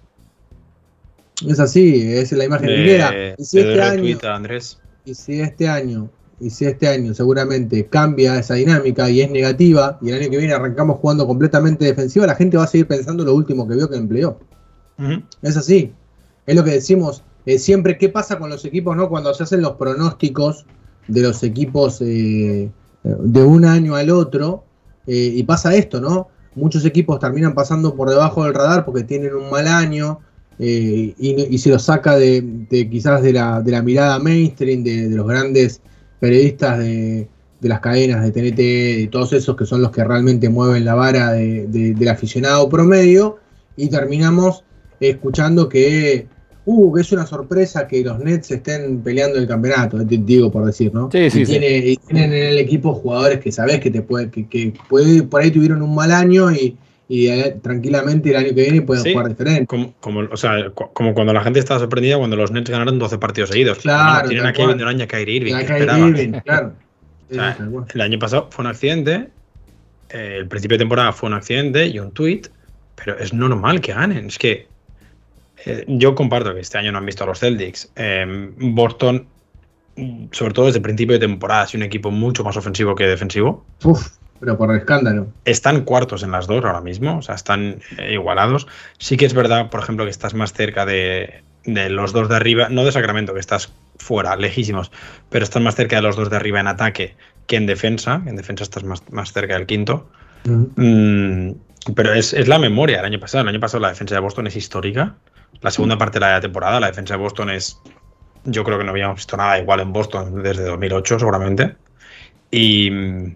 Es así, es la imagen que queda. Y si este año, Andrés. y si este año, y si este año seguramente cambia esa dinámica y es negativa, y el año que viene arrancamos jugando completamente defensiva, la gente va a seguir pensando lo último que vio que empleó. Uh-huh. Es así. Es lo que decimos. Eh, siempre, ¿qué pasa con los equipos, no? Cuando se hacen los pronósticos de los equipos eh, de un año al otro, eh, y pasa esto, ¿no? Muchos equipos terminan pasando por debajo del radar porque tienen un mal año eh, y, y se los saca de, de quizás de la, de la mirada mainstream de, de los grandes periodistas de, de las cadenas de T N T, de todos esos que son los que realmente mueven la vara de, de, del aficionado promedio, y terminamos escuchando que Uh, que es una sorpresa que los Nets estén peleando el campeonato, digo por decir, ¿no? Sí, sí, y, tiene, sí. y tienen en el equipo jugadores que sabés que te puede, que, que puede, por ahí tuvieron un mal año y, y eh, tranquilamente el año que viene pueden sí, jugar diferente. Como, como, o sea, como cuando la gente estaba sorprendida cuando los Nets ganaron doce partidos seguidos. Claro. Bueno, tienen a Kevin Durant y a Kyrie Irving. A Kyrie Irving, claro. O sea, el año pasado fue un accidente, eh, el principio de temporada fue un accidente y un tuit, pero es normal que ganen. Es que eh, yo comparto que este año no han visto a los Celtics. Eh, Boston, sobre todo desde el principio de temporada, ha sido un equipo mucho más ofensivo que defensivo. Uf, pero por el escándalo. Están cuartos en las dos ahora mismo, o sea, están eh, igualados. Sí que es verdad, por ejemplo, que estás más cerca de, de los dos de arriba, no de Sacramento, que estás fuera, lejísimos, pero estás más cerca de los dos de arriba en ataque que en defensa. En defensa estás más, más cerca del quinto. Uh-huh. Mm, pero es, es la memoria del año pasado. El año pasado la defensa de Boston es histórica. La segunda parte de la temporada, la defensa de Boston es... Yo creo que no habíamos visto nada igual en Boston desde dos mil ocho, seguramente. Y, y,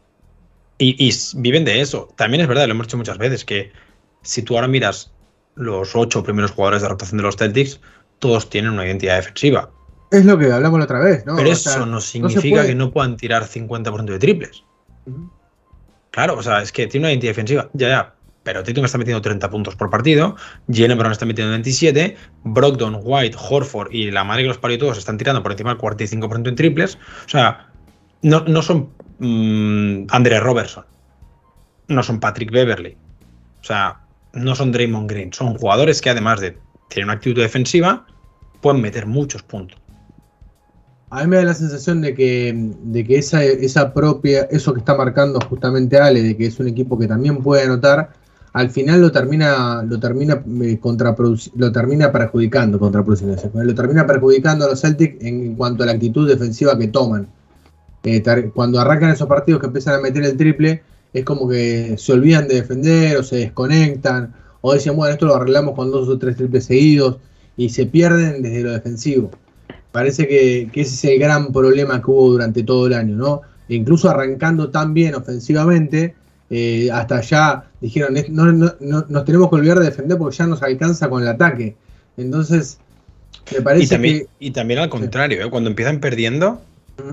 y viven de eso. También es verdad, lo hemos dicho muchas veces, que si tú ahora miras los ocho primeros jugadores de rotación de los Celtics, todos tienen una identidad defensiva. Es lo que hablamos la otra vez, ¿no? Pero o eso sea, no significa no que no puedan tirar cincuenta por ciento de triples. Uh-huh. Claro, o sea, es que tiene una identidad defensiva. Ya, ya. Pero Tatum está metiendo treinta puntos por partido, Jaylen Brown está metiendo veintisiete, Brogdon, White, Horford y la madre que los parió todos están tirando por encima del cuarenta y cinco por ciento en triples. O sea, no, no son mmm, Andre Robertson, no son Patrick Beverley, o sea, no son Draymond Green. Son jugadores que además de tener una actitud defensiva, pueden meter muchos puntos. A mí me da la sensación de que, de que esa, esa propia, eso que está marcando justamente Ale, de que es un equipo que también puede anotar, al final lo termina, lo termina eh, contraproduc- lo termina perjudicando, contraproduciendo, lo termina perjudicando a los Celtics en, en cuanto a la actitud defensiva que toman. Eh, tar- cuando arrancan esos partidos que empiezan a meter el triple, es como que se olvidan de defender o se desconectan, o dicen, bueno, esto lo arreglamos con dos o tres triples seguidos, y se pierden desde lo defensivo. Parece que, que ese es el gran problema que hubo durante todo el año, ¿no? E incluso arrancando tan bien ofensivamente, eh, hasta ya dijeron, no, no, no, nos tenemos que olvidar de defender porque ya nos alcanza con el ataque. Entonces, me parece y también, que... Y también al contrario, ¿eh? Cuando empiezan perdiendo,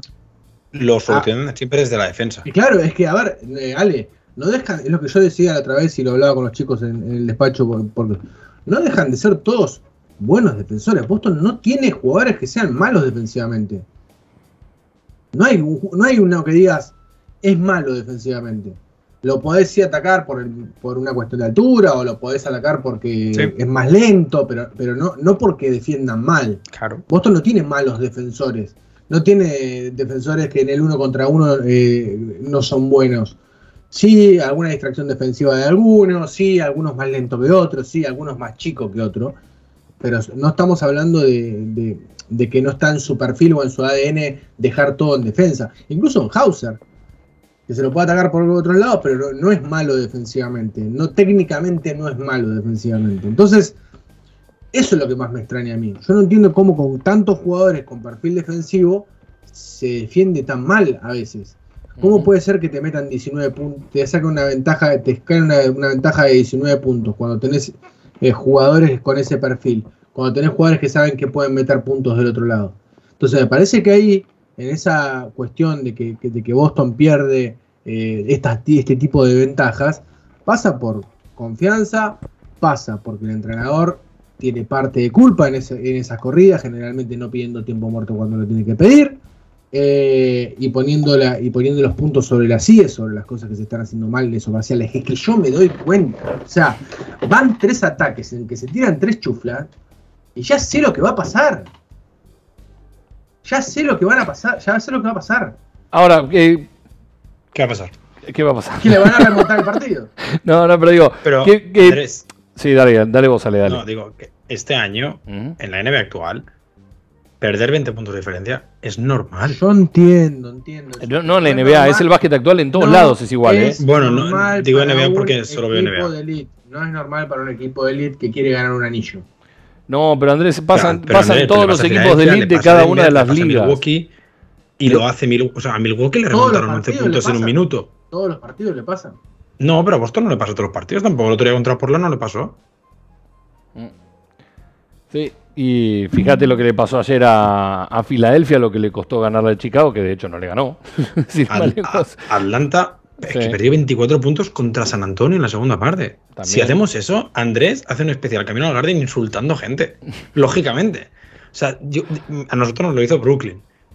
lo solucionan ah, siempre desde la defensa. Y claro, es que, a ver, eh, Ale, no dejan, es lo que yo decía la otra vez y lo hablaba con los chicos en, en el despacho, porque no dejan de ser todos buenos defensores. Boston no tiene jugadores que sean malos defensivamente. No hay, no hay uno que digas es malo defensivamente. Lo podés sí atacar por, el, por una cuestión de altura, o lo podés atacar porque sí. es más lento, pero, pero no, no porque defiendan mal. Claro. Boston no tiene malos defensores. No tiene defensores que en el uno contra uno eh, no son buenos. Sí, alguna distracción defensiva de algunos, sí, algunos más lentos que otros, sí, algunos más chicos que otros. Pero no estamos hablando de, de, de que no está en su perfil o en su A D N dejar todo en defensa. Incluso en Hauser, que se lo puede atacar por otros lados, pero no, no es malo defensivamente. No, técnicamente no es malo defensivamente. Entonces, eso es lo que más me extraña a mí. Yo no entiendo cómo con tantos jugadores con perfil defensivo se defiende tan mal a veces. ¿Cómo puede ser que te metan diecinueve puntos, te saquen una ventaja, te caen una, una ventaja de diecinueve puntos cuando tenés Eh, jugadores con ese perfil, cuando tenés jugadores que saben que pueden meter puntos del otro lado? Entonces me parece que ahí, en esa cuestión de que, de que Boston pierde eh, esta, este tipo de ventajas, pasa por confianza, pasa porque el entrenador tiene parte de culpa en, ese, en esas corridas, generalmente no pidiendo tiempo muerto cuando lo tiene que pedir, eh, y, poniendo la, y poniendo los puntos sobre las I E S, sobre las cosas que se están haciendo mal de esos parciales. Es que yo me doy cuenta, o sea, van tres ataques en que se tiran tres chuflas y ya sé lo que va a pasar. Ya sé lo que van a pasar, ya sé lo que va a pasar. Ahora, eh, ¿qué va a pasar? ¿Qué va a pasar? Que le van a remontar el partido. No, no, pero digo, pero, ¿qué, qué? Andrés, sí, dale, dale vos, dale, dale. No, digo, que este año, uh-huh. en la N B A actual, perder veinte puntos de diferencia es normal. Yo entiendo, entiendo. No, no en la N B A, normal. Es el básquet actual en todos no, lados, es igual. Es ¿eh? Bueno, no, digo N B A porque solo veo N B A. De elite. No es normal para un equipo de elite que quiere ganar un anillo. No, pero Andrés, pasan, pero pasan Andrés, todos los equipos de elite de cada una de las ligas. Milwaukee, y lo hace Milwaukee. O sea, a Milwaukee le remontaron once puntos en un minuto. Todos los partidos le pasan. No, pero a Boston no le pasa todos los partidos tampoco. El otro día contra Portland no le pasó. Sí, y fíjate lo que le pasó ayer a, a Filadelfia, lo que le costó ganarle a Chicago, que de hecho no le ganó. Al, a, Atlanta, sí. Es que perdió veinticuatro puntos contra San Antonio en la segunda parte. También. Si hacemos eso, Andrés hace un especial Camino al Garden insultando gente, lógicamente. O sea, yo, a nosotros nos lo hizo Brooklyn.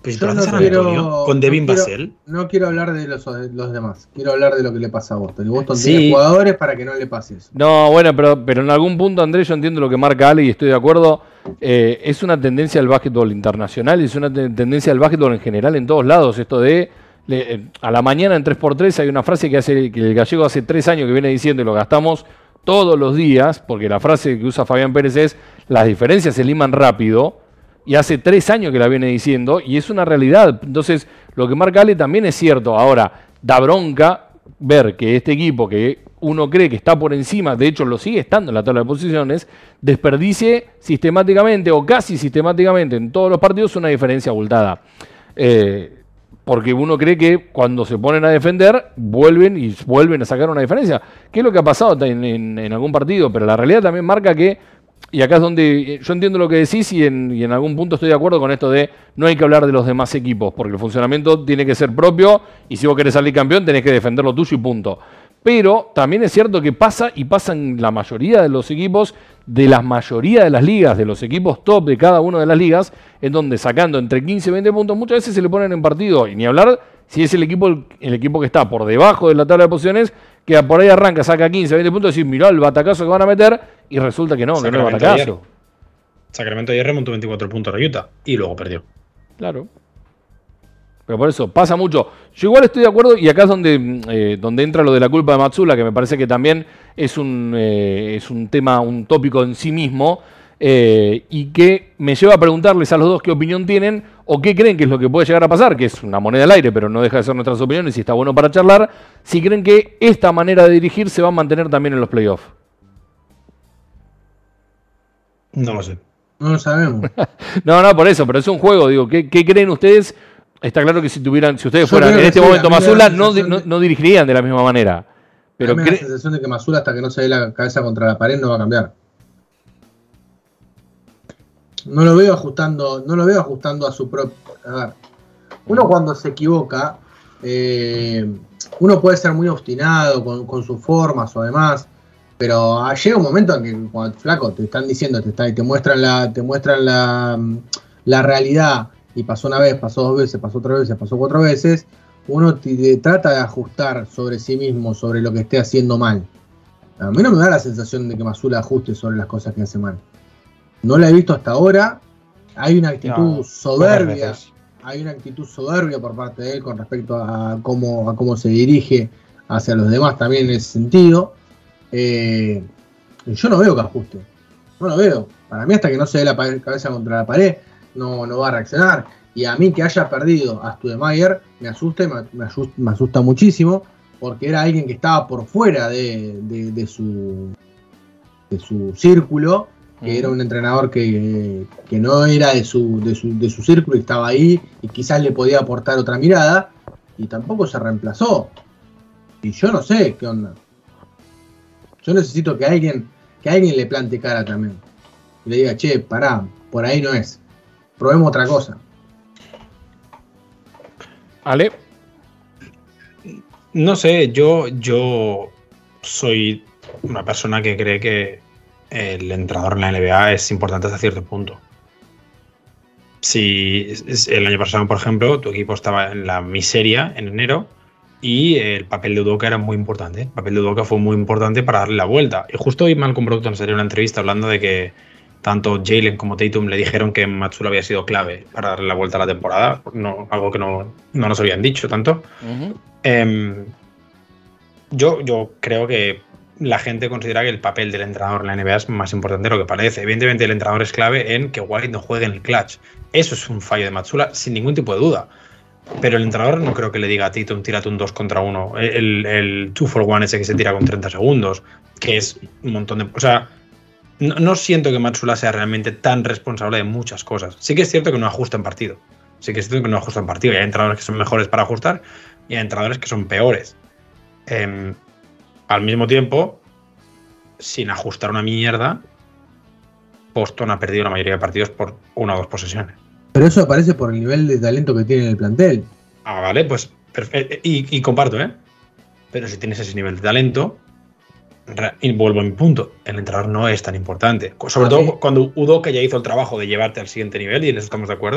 Pues si Yo te lo no haces a quiero, Antonio, con Devin no quiero- Vassell. No quiero hablar de los, de los demás. Quiero hablar de lo que le pasa a Boston. Y Boston Sí. tiene jugadores para que no le pase eso. No, bueno, pero, pero en algún punto, Andrés, yo entiendo lo que marca Ale y estoy de acuerdo. Eh, es una tendencia del básquetbol internacional y es una te- tendencia del básquetbol en general en todos lados. Esto de le- eh, a la mañana en tres por tres hay una frase que, hace, que el gallego hace tres años que viene diciendo y lo gastamos todos los días, porque la frase que usa Fabián Pérez es las diferencias se liman rápido. Y hace tres años que la viene diciendo, y es una realidad. Entonces, lo que marca Ale también es cierto. Ahora, da bronca ver que este equipo, que uno cree que está por encima, de hecho lo sigue estando en la tabla de posiciones, desperdicie sistemáticamente o casi sistemáticamente en todos los partidos una diferencia abultada. Eh, porque uno cree que cuando se ponen a defender, vuelven y vuelven a sacar una diferencia. ¿Qué es lo que ha pasado en, en- en algún partido? Pero la realidad también marca que, y acá es donde yo entiendo lo que decís y en, y en algún punto estoy de acuerdo con esto de no hay que hablar de los demás equipos, porque el funcionamiento tiene que ser propio y si vos querés salir campeón tenés que defender lo tuyo y punto. Pero también es cierto que pasa y pasa en la mayoría de los equipos, de la mayoría de las ligas, de los equipos top de cada una de las ligas, en donde sacando entre quince y veinte puntos muchas veces se le ponen en partido. Y ni hablar si es el equipo, el equipo que está por debajo de la tabla de posiciones, que por ahí arranca, saca quince, veinte puntos y decís, mirá el batacazo que van a meter, y resulta que no, que no es Sacramento batacazo. ayer. Sacramento ayer remontó veinticuatro puntos a Utah y luego perdió. Claro. Pero por eso, pasa mucho. Yo igual estoy de acuerdo, y acá es donde, eh, donde entra lo de la culpa de Mazzulla, que me parece que también es un, eh, es un tema, un tópico en sí mismo, eh, y que me lleva a preguntarles a los dos qué opinión tienen o qué creen que es lo que puede llegar a pasar, que es una moneda al aire, pero no deja de ser nuestras opiniones y está bueno para charlar, si creen que esta manera de dirigir se va a mantener también en los playoffs. No lo sé. No lo sabemos. No, no, por eso, pero es un juego, digo, ¿qué, qué creen ustedes? Está claro que si tuvieran, si ustedes Yo fueran creo en que este sí, momento a mí me da Mazzulla, la no, sensación no, de- no dirigirían de la misma manera. Pero a mí me da la cre- sensación de que Mazzulla, hasta que no se dé la cabeza contra la pared, no va a cambiar. No lo veo ajustando, no lo veo ajustando a su propio. A ver, uno cuando se equivoca, eh, uno puede ser muy obstinado con, con sus formas o demás, pero ah, llega un momento en que cuando flaco te están diciendo, te, está, te muestran la, te muestran la, la realidad, y pasó una vez, pasó dos veces, pasó tres veces, pasó cuatro veces, uno te, trata de ajustar sobre sí mismo, sobre lo que esté haciendo mal. A mí no me da la sensación de que Mazzulla ajuste sobre las cosas que hace mal. No la he visto hasta ahora. Hay una actitud No, soberbia. pocas veces. Hay una actitud soberbia por parte de él con respecto a cómo, a cómo se dirige hacia los demás también en ese sentido. Eh, yo no veo que ajuste. No lo veo. Para mí, hasta que no se dé la pa- cabeza contra la pared, no, no va a reaccionar. Y a mí que haya perdido a Studemeyer me asusta y me, me asusta, me asusta muchísimo, porque era alguien que estaba por fuera de, de, de su, de su círculo, que era un entrenador que, que no era de su, de, su, de su círculo y estaba ahí y quizás le podía aportar otra mirada, y tampoco se reemplazó. Y yo no sé qué onda. Yo necesito que alguien, que alguien le plante cara también. Y le diga, che, pará, por ahí no es. Probemos otra cosa. Ale, No sé, yo, yo soy una persona que cree que el entrenador en la N B A es importante hasta cierto punto. Si es- el año pasado, por ejemplo, tu equipo estaba en la miseria en enero y el papel de Udoka era muy importante. El papel de Udoka fue muy importante para darle la vuelta. Y justo hoy Malcolm Brogdon salió en una entrevista hablando de que tanto Jalen como Tatum le dijeron que Mazzulla había sido clave para darle la vuelta a la temporada, no, algo que no, no nos habían dicho tanto. ujú, Em, yo, yo creo que la gente considera que el papel del entrenador en la N B A es más importante de lo que parece. Evidentemente el entrenador es clave en que White no juegue en el clutch. Eso es un fallo de Mazzulla sin ningún tipo de duda. Pero el entrenador no creo que le diga a Tatum, tírate un dos contra uno. El, el two for one ese que se tira con treinta segundos, que es un montón de... O sea, no, no siento que Mazzulla sea realmente tan responsable de muchas cosas. Sí que es cierto que no ajusta en partido. Sí que es cierto que no ajusta en partido. Y hay entrenadores que son mejores para ajustar y hay entrenadores que son peores. Eh, al mismo tiempo, sin ajustar una mierda, Boston ha perdido la mayoría de partidos por una o dos posesiones. Pero eso aparece por el nivel de talento que tiene en el plantel. Ah, vale, pues perfecto. Y, y comparto, ¿eh? Pero si tienes ese nivel de talento, re- y vuelvo a mi punto, el entrenador no es tan importante. Sobre A todo mí- cuando Udoka ya hizo el trabajo de llevarte al siguiente nivel, y en eso estamos de acuerdo.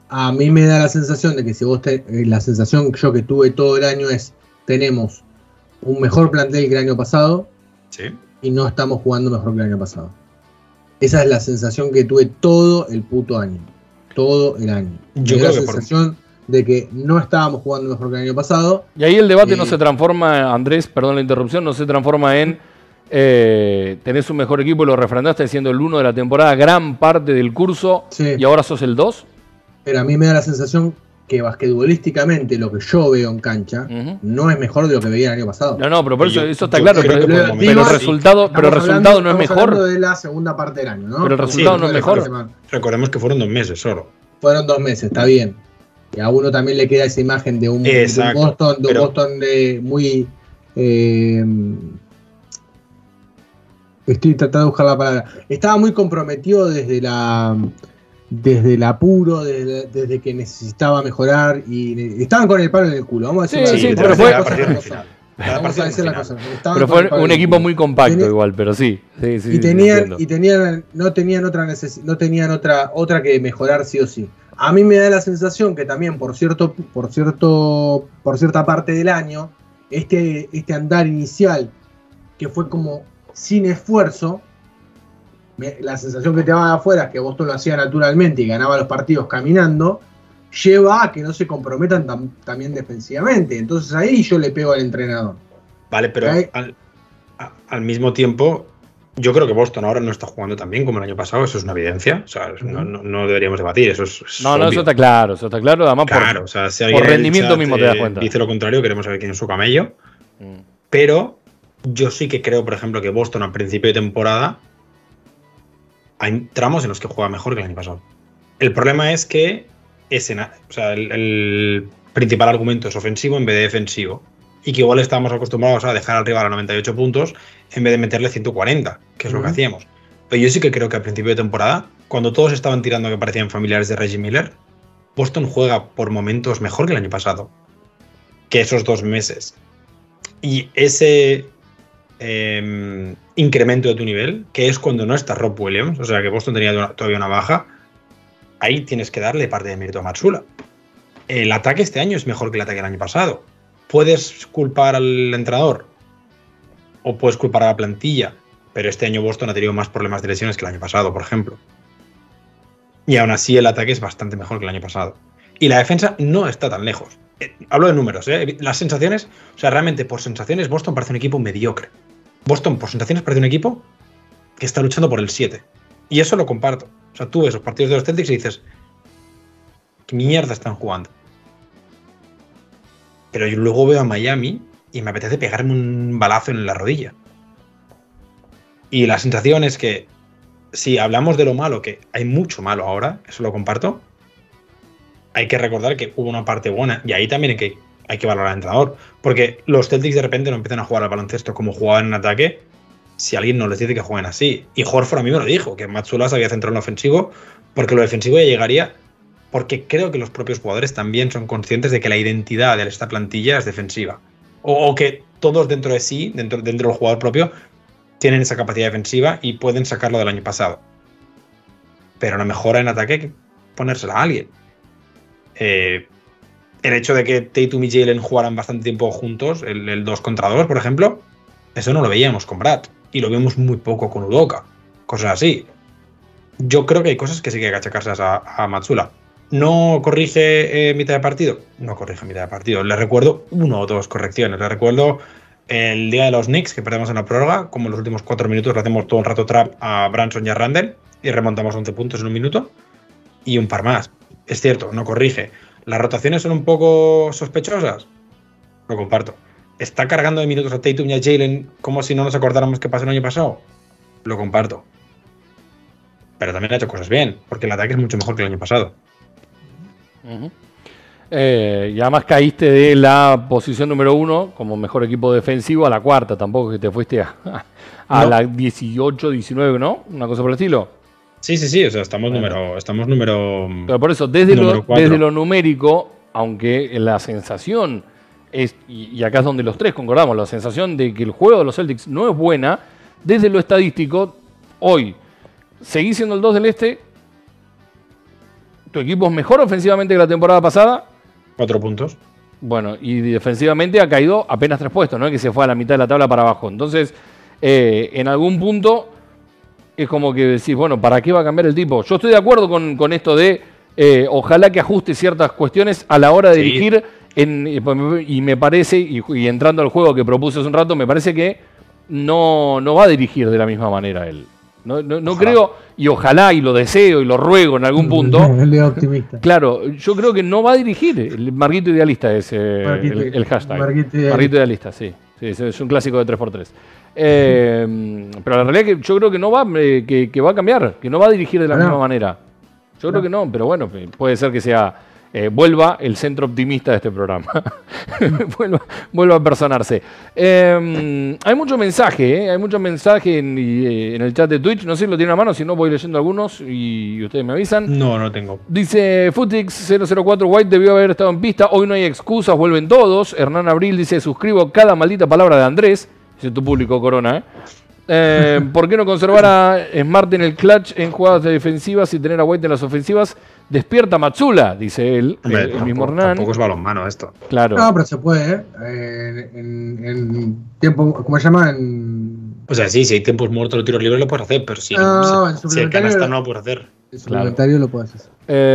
a mí me da la sensación de que si vos te, la sensación yo que tuve todo el año es tenemos un mejor plantel que el año pasado Sí. y no estamos jugando mejor que el año pasado. Esa es la sensación que tuve todo el puto año. Todo el año. Yo me da creo la que por- sensación de que no estábamos jugando mejor que el año pasado. Y ahí el debate Eh, no se transforma, Andrés, perdón la interrupción, no se transforma en eh, tenés un mejor equipo y lo refrendaste siendo el uno de la temporada, gran parte del curso, Sí. y ahora sos el dos. Pero a mí me da la sensación que basquetbolísticamente lo que yo veo en cancha Ujú. no es mejor de lo que veía el año pasado. No, no, pero por eso, Yo- eso está yo claro, creo pero, que por pero momentos el sí. resultado, pero el Estamos resultado hablando- no es estamos hablando mejor. de la segunda parte del año, ¿no? Pero el resultado no es de la mejor. semana. Recordemos que fueron dos meses solo. Fueron dos meses, está bien. Y a uno también le queda esa imagen de un, de un Exacto, Boston, de un pero- Boston de muy. eh, estoy tratando de buscar la palabra. Estaba muy comprometido desde la. Desde el apuro, desde, desde que necesitaba mejorar y estaban con el palo en el culo. Vamos a decir Sí, las- sí, vamos a pero decir fue- las cada cosas partido en como el son. final. Cada Vamos partido a en decir el las final. cosas. Estaban Pero con el fue palo un en el equipo culo. muy compacto Tenía- igual, pero sí. sí, sí, y sí, tenían, entiendo. y tenían, no tenían otra necesi- no tenían otra, otra que mejorar sí o sí. A mí me da la sensación que también por cierto, por cierto, por cierta parte del año, este, este andar inicial, que fue como sin esfuerzo, me- la sensación que te daba de afuera es que Boston lo hacía naturalmente y ganaba los partidos caminando, lleva a que no se comprometan tam- también defensivamente. Entonces ahí yo le pego al entrenador. Vale, pero Ahí- al, a- al mismo tiempo, yo creo que Boston ahora no está jugando tan bien como el año pasado, eso es una evidencia. O sea, no, no- no deberíamos debatir, eso es. es No, no, obvio. eso está claro, eso está claro. Además, por- Claro, o sea, si alguien por en el rendimiento chat, mismo te das eh, cuenta. dice lo contrario, queremos saber quién es su camello. Mm. Pero yo sí que creo, por ejemplo, que Boston a principio de temporada hay tramos en los que juega mejor que el año pasado. El problema es que ese, na- o sea, el, el principal argumento es ofensivo en vez de defensivo. Y que igual estamos acostumbrados a dejar al rival a noventa y ocho puntos en vez de meterle ciento cuarenta, que es lo que Ujú. hacíamos. Pero yo sí que creo que a principio de temporada, cuando todos estaban tirando que parecían familiares de Reggie Miller, Boston juega por momentos mejor que el año pasado. Que esos dos meses. Y ese eh, incremento de tu nivel, que es cuando no está Rob Williams, o sea que Boston tenía una- todavía una baja, ahí tienes que darle parte de mérito a Matsula. El ataque este año es mejor que el ataque del año pasado. Puedes culpar al entrenador o puedes culpar a la plantilla, pero este año Boston ha tenido más problemas de lesiones que el año pasado, por ejemplo. Y aún así el ataque es bastante mejor que el año pasado. Y la defensa no está tan lejos. Eh, hablo de números, ¿eh? Las sensaciones, o sea, realmente por sensaciones Boston parece un equipo mediocre. Boston por sensaciones parece un equipo que está luchando por el siete. Y eso lo comparto. O sea, tú ves los partidos de los Celtics y dices, ¿qué mierda están jugando? Pero yo luego veo a Miami y me apetece pegarme un balazo en la rodilla. Y la sensación es que si hablamos de lo malo, que hay mucho malo ahora, eso lo comparto, hay que recordar que hubo una parte buena y ahí también hay que, hay que valorar al entrenador. Porque los Celtics de repente no empiezan a jugar al baloncesto como jugaban en ataque si alguien no les dice que jueguen así. Y Horford a mí me lo dijo, que Matsula se había centrado en lo ofensivo porque lo defensivo ya llegaría, porque creo que los propios jugadores también son conscientes de que la identidad de esta plantilla es defensiva. O, o que todos dentro de sí, dentro, dentro del jugador propio, tienen esa capacidad defensiva y pueden sacarlo del año pasado. Pero la mejora en ataque hay que ponérsela a alguien. Eh, el hecho de que Tatum y Jalen jugaran bastante tiempo juntos, el, el dos contra dos, por ejemplo, eso no lo veíamos con Brad. Y lo vemos muy poco con Udoka. Cosas así. Yo creo que hay cosas que sí que hay que achacarse a, a Matsula. ¿No corrige eh, mitad de partido? No corrige mitad de partido. Le recuerdo uno o dos correcciones. Le recuerdo el día de los Knicks, que perdemos en la prórroga, como en los últimos cuatro minutos le hacemos todo el rato trap a Branson y a Randall y remontamos once puntos en un minuto. Y un par más. Es cierto, no corrige. ¿Las rotaciones son un poco sospechosas? Lo comparto. ¿Está cargando de minutos a Tatum y a Jalen como si no nos acordáramos qué pasó el año pasado? Lo comparto. Pero también ha hecho cosas bien, porque el ataque es mucho mejor que el año pasado. Uh-huh. Eh, y además caíste de la posición número uno como mejor equipo defensivo a la cuarta, tampoco que te fuiste a, a No. la dieciocho, diecinueve, ¿no? Una cosa por el estilo. Sí, sí, sí, o sea, estamos Bueno. número. Estamos número. Pero por eso, desde, Número lo, cuatro. desde lo numérico, aunque la sensación es, y, y acá es donde los tres concordamos, la sensación de que el juego de los Celtics no es buena, desde lo estadístico, hoy, ¿seguís siendo el dos del este? ¿Tu equipo es mejor ofensivamente que la temporada pasada? Cuatro puntos. Bueno, y defensivamente ha caído apenas tres puestos, ¿no? Que se fue a la mitad de la tabla para abajo. Entonces, eh, en algún punto es como que decís, bueno, ¿para qué va a cambiar el tipo? Yo estoy de acuerdo con, con esto de eh, ojalá que ajuste ciertas cuestiones a la hora de sí. dirigir. En, y me parece, y, y entrando al juego que propuse hace un rato, me parece que no, no va a dirigir de la misma manera él. No, no, no creo, y ojalá, y lo deseo, y lo ruego en algún punto. El optimista. Claro, yo creo que no va a dirigir. El Marguito Idealista es eh, Marguito, el, el hashtag. Marguito Idealista. Marguito Idealista, sí. sí. Es un clásico de tres por tres. Eh, pero la realidad es que yo creo que no va, eh, que, que va a cambiar, que no va a dirigir de la no. misma manera. Yo no. creo que no, pero bueno, puede ser que sea... Eh, vuelva el centro optimista de este programa. vuelva, vuelva a personarse. Eh, hay mucho mensaje, ¿eh? Hay mucho mensaje en, eh, en el chat de Twitch. No sé si lo tienen a mano, si no voy leyendo algunos y ustedes me avisan. No, no tengo. Dice Futix cero cero cuatro, White debió haber estado en pista. Hoy no hay excusas, vuelven todos. Hernán Abril dice, suscribo cada maldita palabra de Andrés. Dice tu público, Corona, ¿eh? Eh, ¿Por qué no conservar a Smart en el clutch en jugadas defensivas y tener a White en las ofensivas? Despierta Matsula, dice él, Hombre, el, el tampoco, mismo Hernán. Tampoco es balonmano esto. Claro. No, pero se puede, ¿eh? eh en, en tiempo, ¿cómo se llama? En... O sea, sí, si hay tiempos muertos, el tiro libre lo puedes hacer, pero si, no, si, si el canasta no lo puedes hacer. El suplementario claro. lo puedes hacer.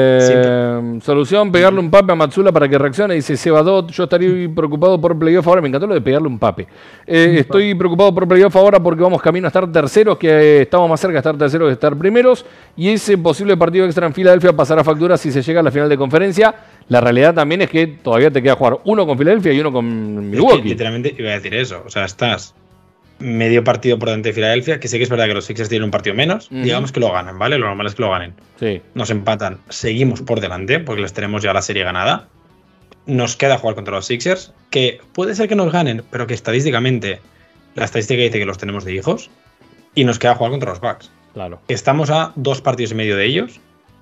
Eh, solución, pegarle un pape a Matsula para que reaccione. Dice Sebadot, yo estaría preocupado por playoff ahora. Me encantó lo de pegarle un pape. Eh, estoy preocupado por playoff ahora porque vamos camino a estar terceros, que eh, estamos más cerca de estar terceros que estar primeros. Y ese posible partido extra en Filadelfia pasará factura si se llega a la final de conferencia. La realidad también es que todavía te queda jugar uno con Filadelfia y uno con Milwaukee. Es que, literalmente iba a decir eso. O sea, estás medio partido por delante de Filadelfia, que sé que es verdad que los Sixers tienen un partido menos, uh-huh. digamos que lo ganan, ¿vale? Lo normal es que lo ganen. Sí. Nos empatan, seguimos por delante, porque les tenemos ya la serie ganada. Nos queda jugar contra los Sixers, que puede ser que nos ganen, pero que estadísticamente, la estadística dice que los tenemos de hijos, y nos queda jugar contra los Bucks. Claro. Estamos a dos partidos y medio de ellos,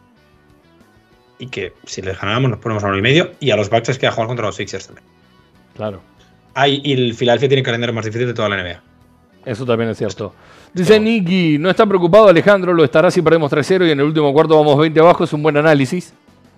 y que si les ganamos nos ponemos a uno y medio, y a los Bucks les queda jugar contra los Sixers también. Claro. Hay, y el Philadelphia tiene el calendario más difícil de toda la N B A. Eso también es cierto. Dice so. Nicky, no está preocupado Alejandro, lo estará si perdemos tres cero y en el último cuarto vamos veinte abajo, es un buen análisis.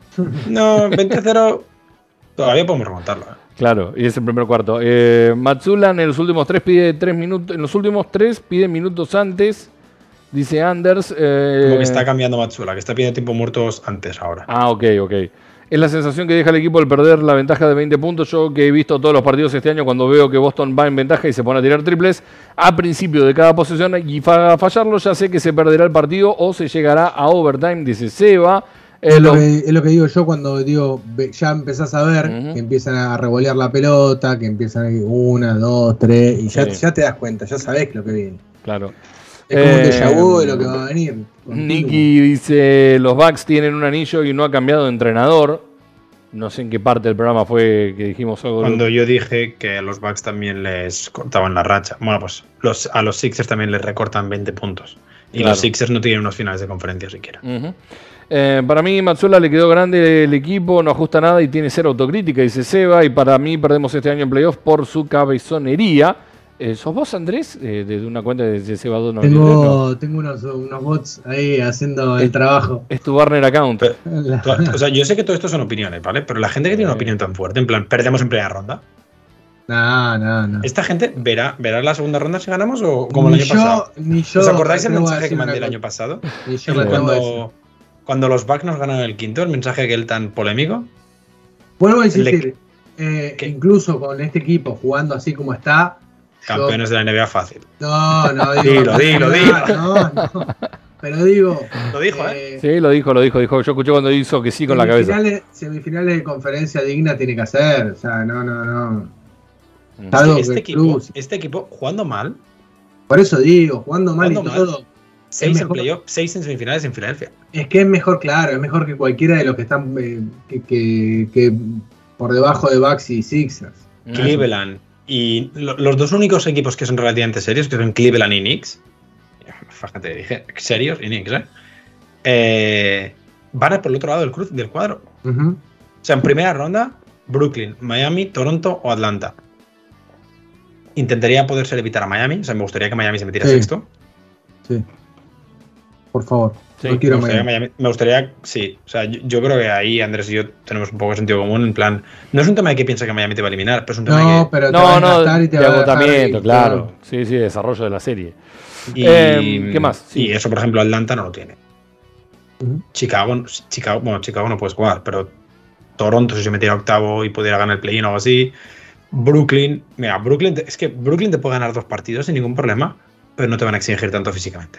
No, veinte cero todavía podemos remontarlo. ¿eh? Claro, y es el primer cuarto. Eh, Matsula en los últimos tres pide tres minutos, en los últimos tres pide minutos antes, dice Anders. Eh, Como que está cambiando Matsula, que está pidiendo tiempo muertos antes ahora. Ah, ok, ok. Es la sensación que deja el equipo el perder la ventaja de veinte puntos. Yo que he visto todos los partidos este año, cuando veo que Boston va en ventaja y se pone a tirar triples a principio de cada posesión y a fallarlo, ya sé que se perderá el partido o se llegará a overtime, dice Seba. Eh, es, lo que, es lo que digo yo cuando digo, ya empezás a ver uh-huh. que empiezan a revolear la pelota, que empiezan a ir una, dos, tres, y ya, sí. ya te das cuenta, ya sabés lo que viene. Claro. Es como un déjà vu de lo que va a venir. Nicky dice, los Bucks tienen un anillo y no ha cambiado de entrenador. No sé en qué parte del programa fue que dijimos algo. Cuando yo dije que a los Bucks también les cortaban la racha. Bueno, pues los, a los Sixers también les recortan veinte puntos. Y claro. los Sixers no tienen unos finales de conferencia siquiera. Uh-huh. Eh, para mí, Matsula le quedó grande el equipo, no ajusta nada y tiene cero autocrítica, dice Seba. Y para mí, perdemos este año en playoff por su cabezonería. Eh, ¿Sos vos, Andrés? Eh, de una cuenta de, de Seba dos noventa y tres, Tengo, ¿no? tengo unos, unos bots ahí haciendo el es, trabajo. Es tu Warner account. Pero, o sea, yo sé que todo esto son opiniones, ¿vale? Pero la gente que tiene una opinión tan fuerte, en plan, perdemos en primera ronda. No, no, no. ¿Esta gente verá, verá la segunda ronda si ganamos o como el año yo, pasado? Ni yo, ¿Os acordáis el mensaje que mandé el año pasado? Ni yo me cuando, cuando los Bucks nos ganaron el quinto, el mensaje aquel tan polémico. Vuelvo a insistir, eh, incluso con este equipo jugando así como está. Campeones yo, de la N B A fácil. No, no, digo. Dilo, dilo, dilo. No, no. Pero digo. Lo dijo, ¿eh? ¿eh? Sí, lo dijo, lo dijo, dijo. Yo escuché cuando hizo que sí con la cabeza. Semifinales de conferencia digna tiene que hacer. O sea, no, no, no. Este, este, equipo, este equipo jugando mal. Por eso digo, jugando mal jugando y todo. Mal. Seis en playoff, seis en semifinales en Filadelfia. Es que es mejor, claro, es mejor que cualquiera de los que están eh, que, que, que por debajo de Bucks y Sixers. Cleveland. Y lo, los dos únicos equipos que son relativamente serios, que son Cleveland y Knicks, fíjate, dije serios y Knicks, ¿eh? Eh, van a por el otro lado del, cruz, del cuadro. Uh-huh. O sea, en primera ronda, Brooklyn, Miami, Toronto o Atlanta. Intentaría poderse evitar a Miami, o sea, me gustaría que Miami se metiera sí. sexto. Sí. por favor. Sí, no quiero Me gustaría, Miami. Miami- me gustaría, sí. O sea, yo, yo creo que ahí Andrés y yo tenemos un poco de sentido común. En plan, no es un tema de que piensa que Miami te va a eliminar, pero es un tema No, de que. pero te va a No, no, desgastar y te de va a dejar agotamiento, ir, claro. Sí, sí, desarrollo de la serie. Y, Eh, ¿qué más? Sí. Y eso, por ejemplo, Atlanta no lo tiene. Ujú. Chicago, Chicago, bueno, Chicago no puedes jugar, pero Toronto, si se metiera octavo y pudiera ganar el play-in o algo así. Brooklyn, mira, Brooklyn, te- es que Brooklyn te puede ganar dos partidos sin ningún problema, pero no te van a exigir tanto físicamente.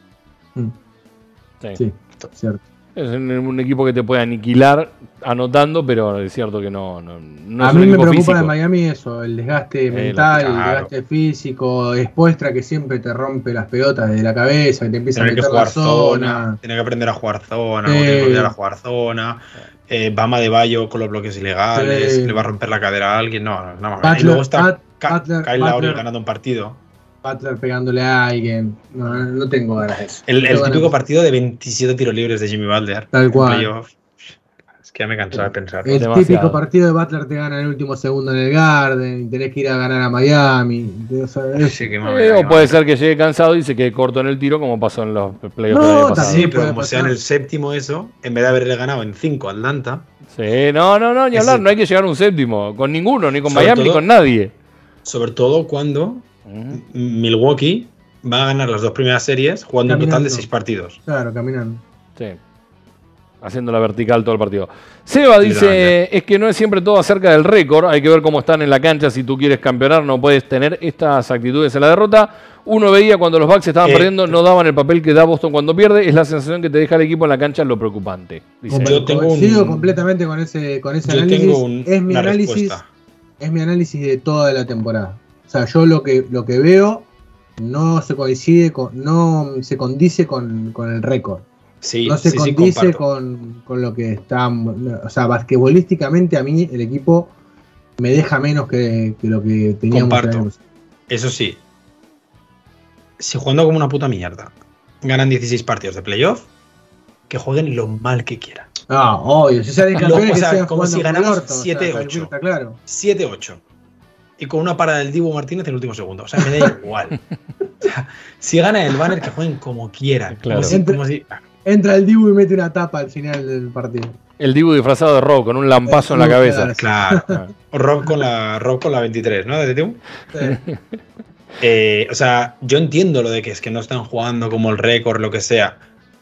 Mm, Sí. Sí, cierto. Es un, un equipo que te puede aniquilar anotando, pero es cierto que no, no, no a es un mí me equipo preocupa físico. de Miami eso, el desgaste Eh, mental, lo- el claro. desgaste físico, Spoelstra que siempre te rompe las pelotas desde la cabeza, que te empieza a Tiene que meter jugar la zona, zona. tiene que aprender a jugar zona, Sí. o tiene que aprender a jugar zona. Eh, Bama de Bayo con los bloques ilegales, Sí. le va a romper la cadera a alguien. No, no, no. Butler- y luego está But- Ka- Butler- Kyle Lowry Butler- ganando un partido. Butler pegándole a alguien. No, no, no tengo ganas de eso. El, No el tengo típico ganas. partido de veintisiete tiros libres de Jimmy Butler. Tal en cual. playoff. Es que ya me canso de pensar. El Demasiado. típico partido de Butler te gana en el último segundo en el Garden y tenés que ir a ganar a Miami. O sea, es- Sí, que Eh, mame, o mame. puede ser que llegue cansado y se quede corto en el tiro, como pasó en los playoffs No, del año pasado. Sí, también pero puede como sea en pasar. el séptimo eso, en vez de haberle ganado en cinco a Atlanta, Sí, no, no, no, ni Ese- hablar, no hay que llegar a un séptimo, con ninguno, ni con Sobre Miami, ni todo- con nadie. sobre todo cuando Ujú. Milwaukee va a ganar las dos primeras series jugando un total de Caminando. seis partidos. Claro, caminando. Sí. Haciendo la vertical todo el partido. Seba dice, Literalmente. es que no es siempre todo acerca del récord, hay que ver cómo están en la cancha, si tú quieres campeonar no puedes tener estas actitudes en la derrota. Uno veía cuando los Bucks estaban Eh, perdiendo, no daban el papel que da Boston cuando pierde, es la sensación que te deja el equipo en la cancha lo preocupante. Dice. Yo tengo un- Coincido completamente con ese, con ese Yo análisis. tengo un- es mi una análisis. respuesta. Es mi análisis de toda la temporada. O sea, yo lo que, lo que veo no se coincide con, no se condice con, con el récord. Sí, No se sí, sí, condice comparto. con, con lo que está. O sea, basquetbolísticamente a mí el equipo me deja menos que, que lo que teníamos. Comparto. el año pasado. Eso sí, si jugando como una puta mierda ganan dieciséis partidos de playoff, que jueguen lo mal que quieran. Ah, obvio. Si salen Lo- campeones, o que sea, sean como jugando si como el ganamos orto, o sea, siete para ocho. que está claro. siete ocho. Y con una parada del Dibu Martínez en el último segundo. O sea, me da igual. O sea, si gana el banner, que jueguen como quieran. Claro. Como si, como si- Entra el Dibu y mete una tapa al final del partido. El Dibu disfrazado de Rob con un lampazo en la Eh, cabeza. Claro. Ah. O Rob con la, Rob con la veintitrés, ¿no? De Dibu. Sí. Eh, o sea, yo entiendo lo de que es que no están jugando como el récord, lo que sea.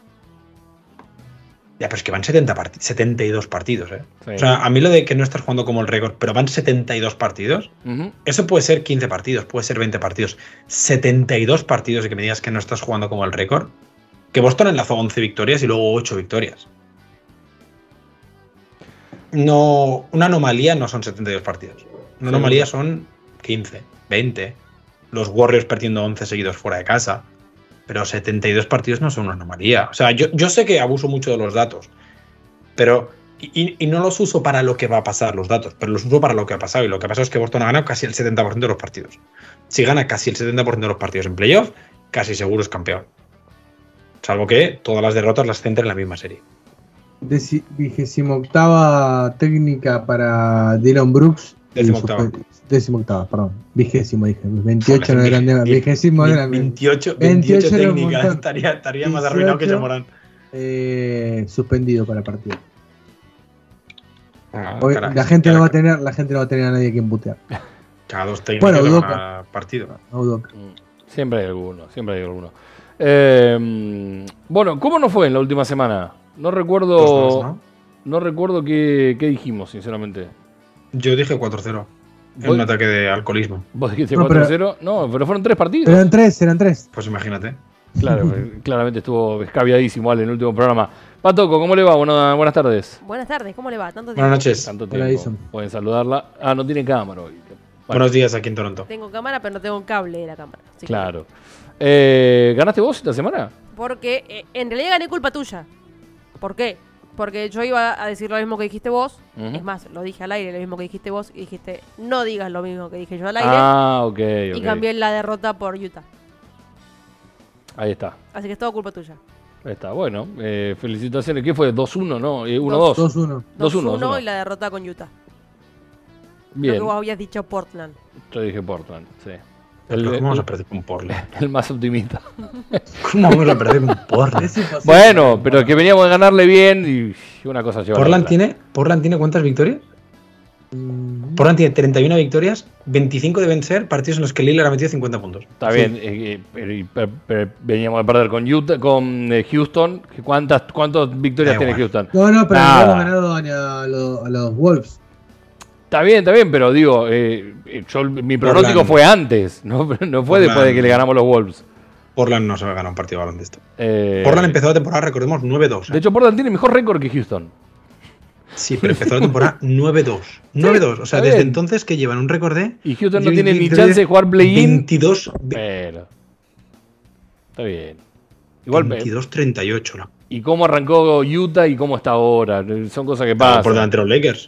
Ya, pero es que van setenta parti- setenta y dos partidos, ¿eh? Sí. O sea, a mí lo de que no estás jugando como el récord, pero van setenta y dos partidos, Ujú. eso puede ser quince partidos, puede ser veinte partidos. setenta y dos partidos y que me digas que no estás jugando como el récord. Que Boston enlazó once victorias y luego ocho victorias. No, una anomalía no son setenta y dos partidos. Una Sí. anomalía son quince, veinte. Los Warriors perdiendo once seguidos fuera de casa. Pero setenta y dos partidos no son una anomalía. O sea, yo, yo sé que abuso mucho de los datos. Pero. Y, y no los uso para lo que va a pasar, los datos. Pero los uso para lo que ha pasado. Y lo que ha pasado es que Boston ha ganado casi el setenta por ciento de los partidos. Si gana casi el setenta por ciento de los partidos en playoff, casi seguro es campeón. Salvo que todas las derrotas las centre en la misma serie. Deci- vigésimo octava técnica para Dylan Brooks. Décimo Y octava. suspe- Décimo octava, perdón. Vigésimo dije. veintiocho no Joder, eran de. die- Vigésimo die- eran. veintiocho, veintiocho veintiocho era un técnicas. montón. Estaría, estaría más arruinado que dieciocho. Chamorán. eh, suspendido para partido. Ah, Hoy caray, la gente no va a caray. tener, la gente no va a tener a nadie quien putear. Cada dos técnicos Bueno, le Udoka. van a partido. A Udoka. Siempre hay alguno, siempre hay alguno. Eh, bueno, ¿cómo nos fue en la última semana? No recuerdo, Dos, dos, ¿no? no recuerdo qué, qué dijimos, sinceramente. Yo dije cuatro cero. En ¿Vos- un ataque de alcoholismo. ¿Vos dijiste No, cuatro cero? No, pero fueron tres partidos. Eran tres, eran tres. Pues imagínate. Claro, eh, claramente estuvo escabiadísimo Ale en el último programa. Patoco, ¿cómo le va? Buena- buenas tardes. Buenas tardes, ¿cómo le va? Tanto tiempo. Buenas noches. Tanto Hola, tiempo. Edison. Pueden saludarla. Ah, no tiene cámara hoy. Bueno, Buenos días aquí en Toronto. Tengo cámara, pero no tengo un cable de la cámara. así que- claro. Eh, ¿Ganaste vos esta semana? Porque eh, en realidad gané culpa tuya. ¿Por qué? Porque yo iba a decir lo mismo que dijiste vos. Ujú. Es más, lo dije al aire, lo mismo que dijiste vos. Y dijiste, no digas lo mismo que dije yo al aire. Ah, ok, y ok. cambié la derrota por Utah. Ahí está. Así que es todo culpa tuya. Ahí está. Bueno, eh, felicitaciones. ¿Qué fue? dos uno, ¿no? Eh, uno dos. dos uno. dos uno, dos uno. y la derrota con Utah. Lo Bien. que vos habías dicho Portland. Yo dije Portland, sí. El, ¿Cómo vamos el- a perder con Portland? el más optimista. ¿Cómo vamos a perder con Portland? Es imposible. Bueno, pero que veníamos de ganarle bien y una cosa lleva a la Portland otra. tiene, Portland tiene ¿cuántas victorias? Mm, Portland tiene treinta y una victorias, veinticinco deben ser partidos en los que Lillard ha metido cincuenta puntos. Está bien, eh, eh, pero, y per- per- veníamos a perder con Utah, con eh, Houston. ¿Cuántas, ¿Cuántas victorias Da tiene igual. Houston? No, no, pero Nada. le hemos ganado a, a los, a los Wolves. Está bien, está bien, pero digo, eh, eh, yo, mi pronóstico Portland. fue antes, no, no fue después de que le ganamos a los Wolves. Portland no se va a ganar un partido de baloncesto. Eh, Portland empezó la temporada, recordemos, nueve dos. De hecho, Portland tiene mejor récord que Houston. Sí, pero empezó la temporada nueve dos. nueve dos. O sea, está desde bien. entonces que llevan un récord de. Y Houston no yo- tiene ni victorias chance de jugar play-in. veintidós, Pero. Está bien. Igual, eh, veintidós treinta y ocho. La ¿y cómo arrancó Utah y cómo está ahora? Son cosas que por pasan. delante de los Lakers.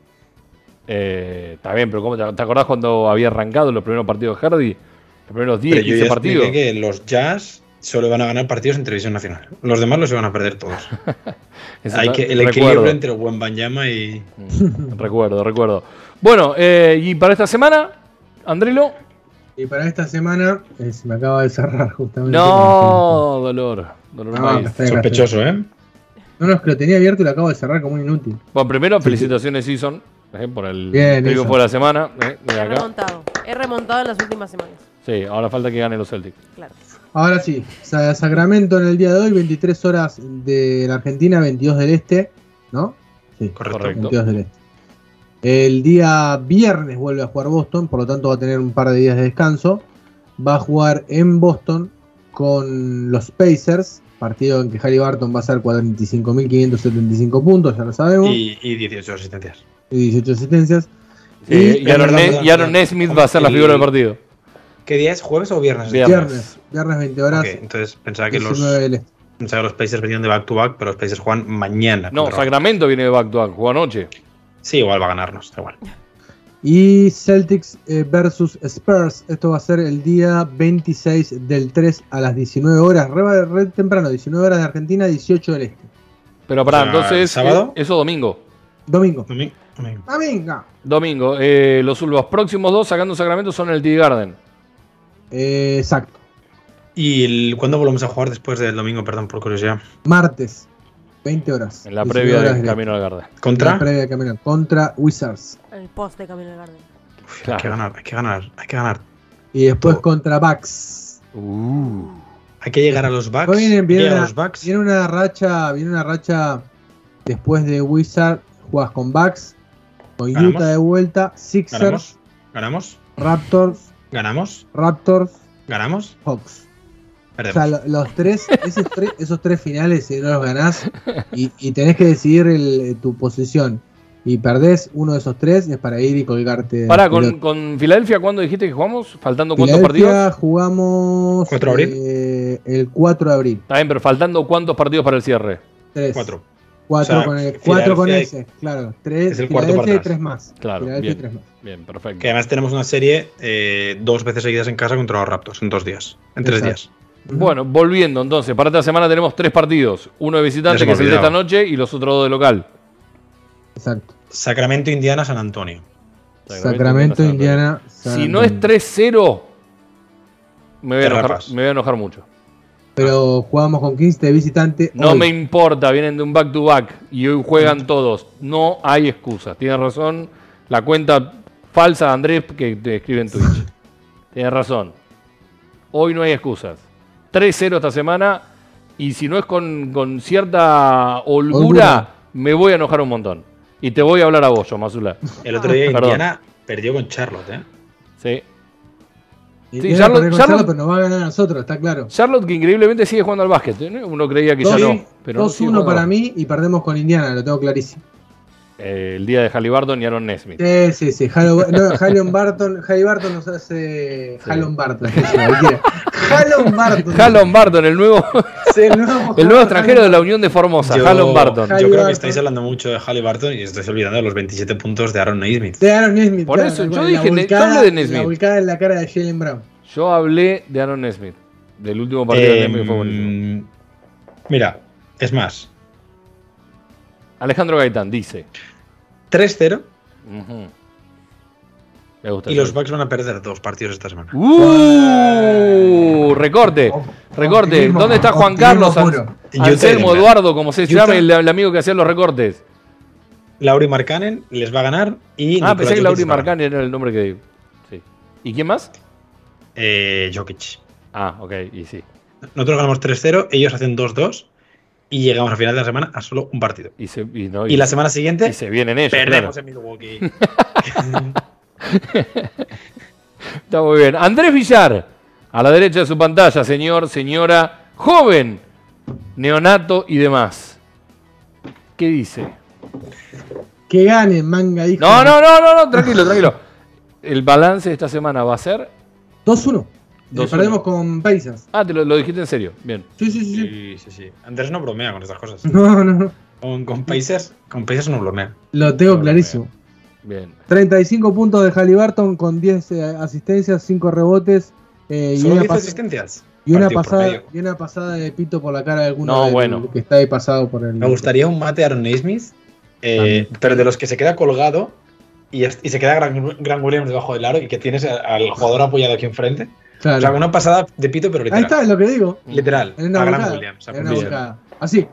Eh, está bien, pero ¿cómo te, te acordás cuando había arrancado los primeros partidos de Hardy? Los primeros diez, Pero yo quince ya partidos. expliqué que los Jazz solo van a ganar partidos en televisión nacional. Los demás los van a perder todos. Eso Hay está- que, el recuerdo. equilibrio entre Wembanyama y. Mm, recuerdo, recuerdo. Bueno, eh, y para esta semana, Andrelo. Y para esta semana, eh, se me acaba de cerrar justamente. No, dolor. Dolor Ah, país. está bien. Sospechoso, ¿eh? No, no, es que lo tenía abierto y lo acabo de cerrar como un inútil. Bueno, primero, felicitaciones, Season, eh, por el Bien, triunfo Eason. de la semana. eh, de He acá. remontado. He remontado en las últimas semanas. Sí, ahora falta que ganen los Celtics. Claro. Ahora sí, Sa- Sacramento en el día de hoy, veintitrés horas de la Argentina, veintidós del Este, ¿no? Sí, Correcto. Correcto. veintidós del Este. El día viernes vuelve a jugar Boston, por lo tanto va a tener un par de días de descanso. Va a jugar en Boston con los Pacers, partido en que Halliburton va a hacer cuarenta y cinco mil quinientos setenta y cinco puntos, ya lo sabemos, y, Y, y dieciocho asistencias. dieciocho asistencias. Sí, y, pero Aaron, perdón, Ne- perdón, y Aaron perdón. Nesmith va a ser la El- figura del partido. ¿Qué día es? ¿Jueves o viernes? Viernes. Viernes, viernes veinte horas, Ok, entonces pensaba que, los, diecinueve del Este. pensaba que los Pacers venían de back to back, pero los Pacers juegan mañana. No, contra- Sacramento viene de back to back, jugó anoche. Sí, igual va a ganarnos, da igual. Y Celtics eh, versus Spurs. Esto va a ser el día veintiséis del tres a las diecinueve horas. Re, re temprano, diecinueve horas de Argentina, dieciocho del Este. Pero pará, O sea, entonces, ¿sábado? eh, eso domingo. Domingo. Domingo. domingo. Domingo. Domingo. Eh, los, los próximos dos sacando Sacramento son en el T D Garden. Eh, exacto. ¿Y el- cuándo volvemos a jugar después del domingo? Perdón, por curiosidad. Martes, veinte horas. En la diecinueve previa horas del del Camino al Garden. Este. La ¿Contra? previa de camino. Contra Wizards. El post de Camino al Garden. Uf, Claro. Hay que ganar, hay que ganar, hay que ganar. Y después Todo. contra Bucks. Uh. Hay que llegar a los Bucks. Después viene, hay que viene llegar a una, los Bucks. viene una racha. Viene una racha después de Wizards. Juegas con Bucks. Con Ganamos. Utah de vuelta. Sixers. Ganamos, ganamos, Raptors. ganamos, Raptors. ganamos, Hawks. O perdemos. sea, lo- los tres, esos tres, esos tres finales, si no los ganás y, y tenés que decidir el- tu posición y perdés uno de esos tres, es para ir y colgarte. Pará, del con, otro. con Filadelfia, ¿cuándo dijiste que jugamos? ¿Faltando cuántos Filadelfia partidos? jugamos ¿cuatro de abril? eh, el cuatro de abril. Está bien, pero faltando cuántos partidos para el cierre. Tres. Cuatro. Cuatro O sea, con, el, cuatro con Filadelfia ese, claro. Tres, es el cuarto Filadelfia para y atrás. tres más. Claro, Filadelfia y bien. tres más. Bien, perfecto. Que además tenemos una serie eh, dos veces seguidas en casa contra los Raptors, en dos días, en tres Exacto. días. Bueno, volviendo entonces, para esta semana tenemos tres partidos. Uno de visitante, Ya se que me es el de esta olvidaba. noche, y los otros dos de local. Exacto. Sacramento, Indiana, San Antonio. Sacramento, Indiana. Si San no es Antonio. tres cero, me voy, a Te enojar, rapas. me voy a enojar mucho. Pero jugamos con quince de visitante. No hoy. me importa, vienen de un back to back y hoy juegan todos. No hay excusas. Tienes razón, la cuenta falsa de Andrés que te escribe en Twitch. Tienes razón. Hoy no hay excusas. tres cero esta semana y si no es con, con cierta holgura, Holgura. me voy a enojar un montón. Y te voy a hablar a vos, yo, Mazula. El otro día Perdón. Indiana perdió con Charlotte, ¿eh? Sí. Y Sí, tiene Charlotte- que perder con Charlotte- Charlotte, pero nos va a ganar a nosotros, está claro. Charlotte que increíblemente sigue jugando al básquet. ¿eh? Uno creía que ya Dos- no. Pero no dos sigue uno jugando para al mí y perdemos con Indiana, lo tengo clarísimo. Eh, el día de Halliburton y Aaron Nesmith. Sí, sí, sí. Halo- no, Hallion Barton, Harry Barton nos hace. Sí. Hallion Barton, es eso, cualquiera. Hallion Barton. Hallon Barton, el nuevo, Sí, el nuevo, el nuevo extranjero de la Unión de Formosa, Yo- Hallon Barton. Yo creo Halliburton. que estáis hablando mucho de Halliburton y estáis olvidando de los veintisiete puntos de Aaron Naismith. De Aaron Nesmith. Por claro, eso, yo con la dije, ne- yo volcada- hablé de Nesmith. La volcada en la cara de Jalen Brown. Yo hablé de Aaron Nesmith, del último partido de Eh, Nesmith que fue buenísimo. mira, es más, Alejandro Gaitán dice. tres cero, Ujú. Me gusta Y el los Celtics. Bucks van a perder dos partidos esta semana. ¡Uh! Recorte, recorte. Optimismo, ¿Dónde está Juan optimismo Carlos? An- puro. Utah Anselmo, Denver. Eduardo, como se Utah. llame el, el amigo que hacía los recortes. Lauri Markkanen les va a ganar y Ah, Nikola pensé que Jokic Lauri va a ganar. Marcani era el nombre que... Sí. ¿Y quién más? Eh, Jokic. Ah, ok, y sí. Nosotros ganamos tres cero, ellos hacen dos dos y llegamos al final de la semana a solo un partido. Y, se, y, no, Y la semana siguiente y se vienen ellos, perdemos claro. en Milwaukee. Está muy bien. Andrés Villar, a la derecha de su pantalla, señor, señora, joven, neonato y demás. ¿Qué dice? Que gane, manga, hijo. No, no, no, no, no, tranquilo, tranquilo. El balance de esta semana va a ser... dos uno. dos uno. Perdemos con Pacers. Ah, te lo, lo dijiste en serio. Bien. Sí, sí, sí. sí. Sí, sí, sí. Andrés no bromea con estas cosas. No, no, no. Con, con Pacers, con Pacers no bromea. Lo tengo No, clarísimo. Bien. treinta y cinco puntos de Halliburton con diez eh, asistencias, cinco rebotes eh, y, ¿Solo una diez pas- asistencias? y, una Partido pasada, promedio. y una pasada de pito por la cara de alguno No, del- bueno. que está ahí pasado por el. Me gustaría un mate Aaron Naismith, eh, pero de los que se queda colgado y, es- y se queda Grant, Grant Williams debajo del aro y que tienes a- al jugador apoyado aquí enfrente. Claro. O sea, una pasada de pito, pero literal. Ahí está, es lo que digo. Literal. En una a Grant volcada. Williams. a En una Williams. volcada. Así.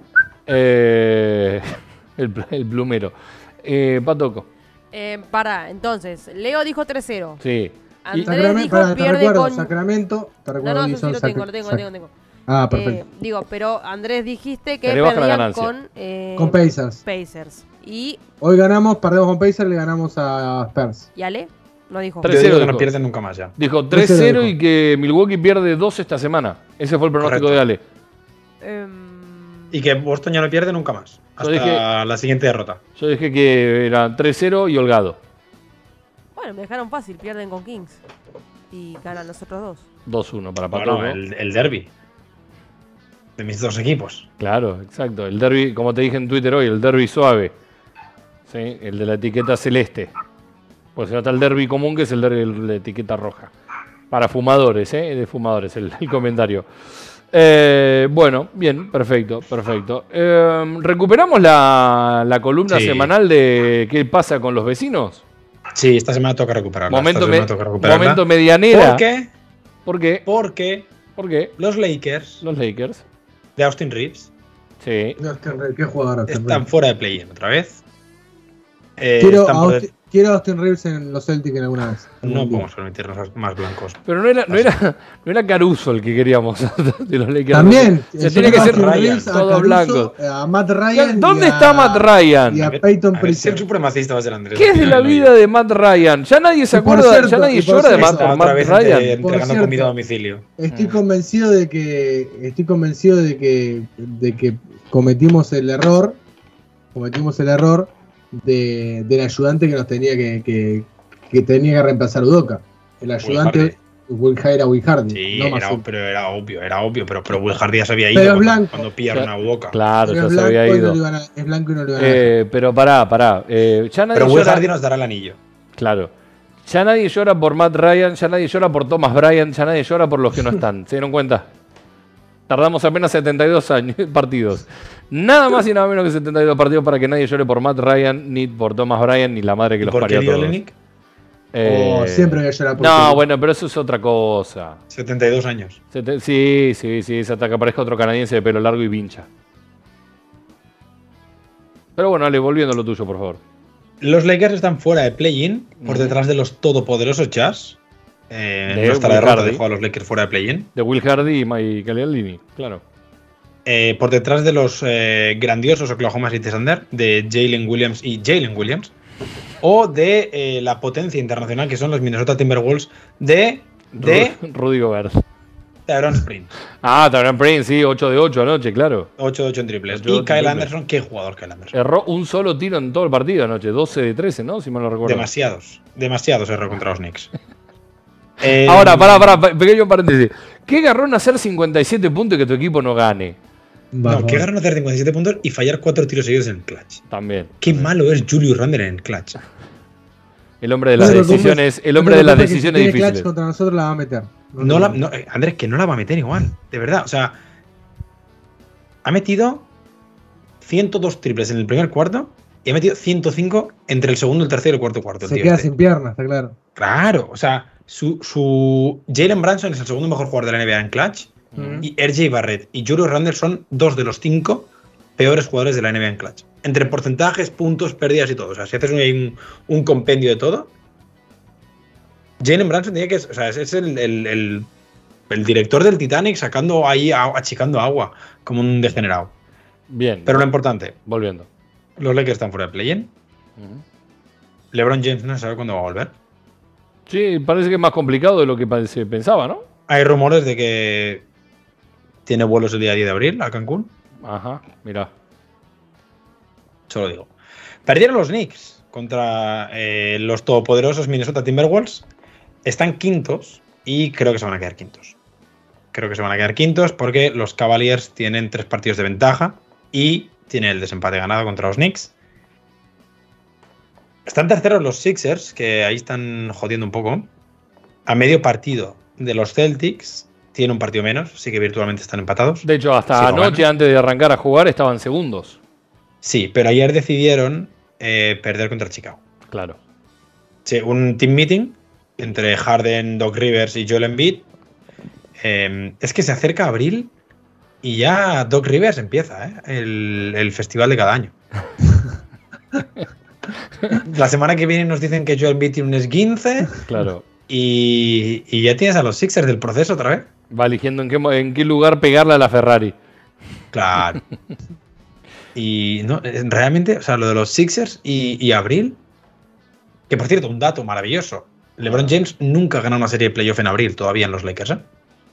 Eh, el, el plumero. Eh, Patoco. Eh, para, entonces, Leo dijo tres cero. Sí. Andrés Sacramento, dijo pará, te pierde recuerdo, con... Sacramento. Te No, recuerdo no, que eso sí son lo tengo, Sac- lo tengo, Sac- lo tengo, lo tengo. Ah, Eh, perfecto. digo, pero Andrés dijiste que Se le baja la perdían ganancia. con... eh, Con Pacers. Pacers. Y, Hoy ganamos, perdemos con Pacers, le ganamos a Spurs. ¿y Ale? No dijo. Tres. Yo digo que dijo. no pierden nunca más ya. Dijo tres Ese lo cero dijo. y que Milwaukee pierde dos esta semana. Ese fue el pronóstico Correcto. de Ale. Em, Y que Boston ya no pierde nunca más. Hasta dije- la siguiente derrota. Yo dije que era tres cero y holgado. bueno, me dejaron fácil, pierden con Kings. Y ganan los otros dos. dos uno para Patoco. Bueno, el, el derby. De mis dos equipos. Claro, exacto. El derby, como te dije en Twitter hoy, el derby suave. ¿Sí? El de la etiqueta celeste. Pues ahora está el derby común, que es el derby de la etiqueta roja. Para fumadores, ¿eh? De fumadores, el, el comentario. Eh, bueno, bien, perfecto, perfecto. Eh, ¿Recuperamos la, la columna Sí. semanal de qué pasa con los vecinos? Sí, esta semana toca recuperarla. Momento, esta me- semana toca recuperarla. momento medianera. ¿Por qué? ¿Por qué? Porque ¿Por qué? los Lakers Los Lakers. de Austin Reeves Sí. Austin Reeves, qué jugador Austin están Reeves. fuera de play-in otra vez. Eh, Quiero están a, por Austin, quiero a Austin Reeves en los Celtics en alguna vez. de- algún No día. podemos permitirnos más blancos. Pero no era, no era, no era Caruso el que queríamos de los Lakers. También. Se yo tiene que quiero a ser Austin Ryan, Reeves, a todo Caruso, blanco. A Matt Ryan. ¿Dónde y a- está Matt Ryan? Y a A ver- Peyton a ver si el Pritchard. supremacista va a ser Andrés. ¿Qué es de la vida de Matt Ryan? Ya nadie se Y por acuerda, cierto, ya nadie y por llora de cierto, Matt, Está por otra Matt vez Ryan. entre- Por entregando cierto. comida a domicilio. Estoy Mm. convencido de que estoy convencido de que de que cometimos el error cometimos el error de, del ayudante que nos tenía que, que, que tenía que reemplazar a Udoka. El ayudante Will Jaira Will Hardy. Sí, no era, Mazzucchi. pero era obvio, era obvio. Pero, pero Will Hardy ya se había ido Pero es cuando, blanco. cuando pillaron a Udoka. Claro, Pero ya es se había blanco, y no ido. le iban a- es blanco y no le iban a Eh, pero pará, pará. Eh, ya nadie Pero Will llora. Hardy nos dará el anillo. Claro. Ya nadie llora por Matt Ryan, ya nadie llora por Thomas Bryant, ya nadie llora por los que no están. ¿Se dieron cuenta? Tardamos apenas setenta y dos años, partidos. Nada más y nada menos que setenta y dos partidos para que nadie llore por Matt Ryan, ni por Thomas Bryant, ni la madre que ¿Y los por parió a Kelly todos. Olynyk? Eh, Oh, siempre voy a llorar por No, Kelly. bueno, pero eso es otra cosa. setenta y dos años. Se te- Sí, sí, sí, es hasta que aparezca otro canadiense de pelo largo y vincha. Pero bueno, Ale, volviendo a lo tuyo, por favor. Los Lakers están fuera de play-in, por Ujú. detrás de los todopoderosos Jazz. Eh, De no está la Will derrota Hardy. dejó a los Lakers fuera de play-in. De Will Hardy y Mike Galliardini, claro. Eh, por detrás de los eh, grandiosos Oklahoma City Thunder, de Jalen Williams y Jalen Williams. O de eh, la potencia internacional que son los Minnesota Timberwolves de, de Ru- Rudy Gobert. Tyrone Springs. Ah, Tyrone Prince, sí, ocho de ocho anoche, claro. ocho de ocho en triples. ocho de Y ocho en Kyle triples. Anderson, qué jugador Kyle Anderson. Erró un solo tiro en todo el partido anoche, doce de trece, ¿no? Si mal no recuerdo. Demasiados, demasiados error contra los Knicks. Eh, Ahora, pará, pará, pe- pequeño paréntesis. ¿Qué garrón hacer cincuenta y siete puntos y que tu equipo no gane? No, Vamos. que ganan hacer cincuenta y siete puntos y fallar cuatro tiros seguidos en el clutch. También. Qué malo es Julius Randle en el clutch. El hombre de No las te preocupes, decisiones, el no hombre te de las preocupes que si decisiones tiene difíciles. clutch contra nosotros la va a meter. No, No te la, preocupes. no, eh, Andrés, que no la va a meter igual, de verdad. O sea, ha metido ciento dos triples en el primer cuarto y ha metido ciento cinco entre el segundo, el tercero y el cuarto cuarto. Se queda este. sin piernas, está claro. Claro, o sea, su, su Jalen Brunson es el segundo mejor jugador de la N B A en clutch, mm. y R J Barrett y Julius Randle son dos de los cinco peores jugadores de la N B A en clutch. Entre porcentajes, puntos, pérdidas y todo. O sea, si haces un, un compendio de todo, Jalen Brunson tenía que... O sea, es el, el, el, el director del Titanic sacando ahí, achicando agua, como un degenerado. Bien. Pero lo importante... Volviendo. Los Lakers están fuera de play-in. Uh-huh. LeBron James no sabe cuándo va a volver. Sí, parece que es más complicado de lo que parece, pensaba, ¿no? Hay rumores de que tiene vuelos el día diez de abril a Cancún. Ajá, mira. Solo digo. Perdieron los Knicks contra eh, los todopoderosos Minnesota Timberwolves. Están quintos y creo que se van a quedar quintos. Creo que se van a quedar quintos porque los Cavaliers tienen tres partidos de ventaja y tienen el desempate ganado contra los Knicks. Están terceros los Sixers, que ahí están jodiendo un poco. A medio partido de los Celtics. Tiene un partido menos, así que virtualmente están empatados. De hecho, hasta sí, anoche, antes de arrancar a jugar, estaban segundos. Sí, pero ayer decidieron eh, perder contra Chicago. Claro. Sí, un team meeting entre Harden, Doc Rivers y Joel Embiid. Eh, es que se acerca abril y ya Doc Rivers empieza, ¿eh? el, el festival de cada año. La semana que viene nos dicen que Joel Embiid tiene un esguince. Claro. Y, y ya tienes a los Sixers del proceso otra vez. Va eligiendo en qué, en qué lugar pegarle a la Ferrari. Claro. Y no, realmente, o sea, lo de los Sixers y, y abril, que por cierto, un dato maravilloso. LeBron James nunca ganó una serie de playoff en abril todavía en los Lakers, ¿eh?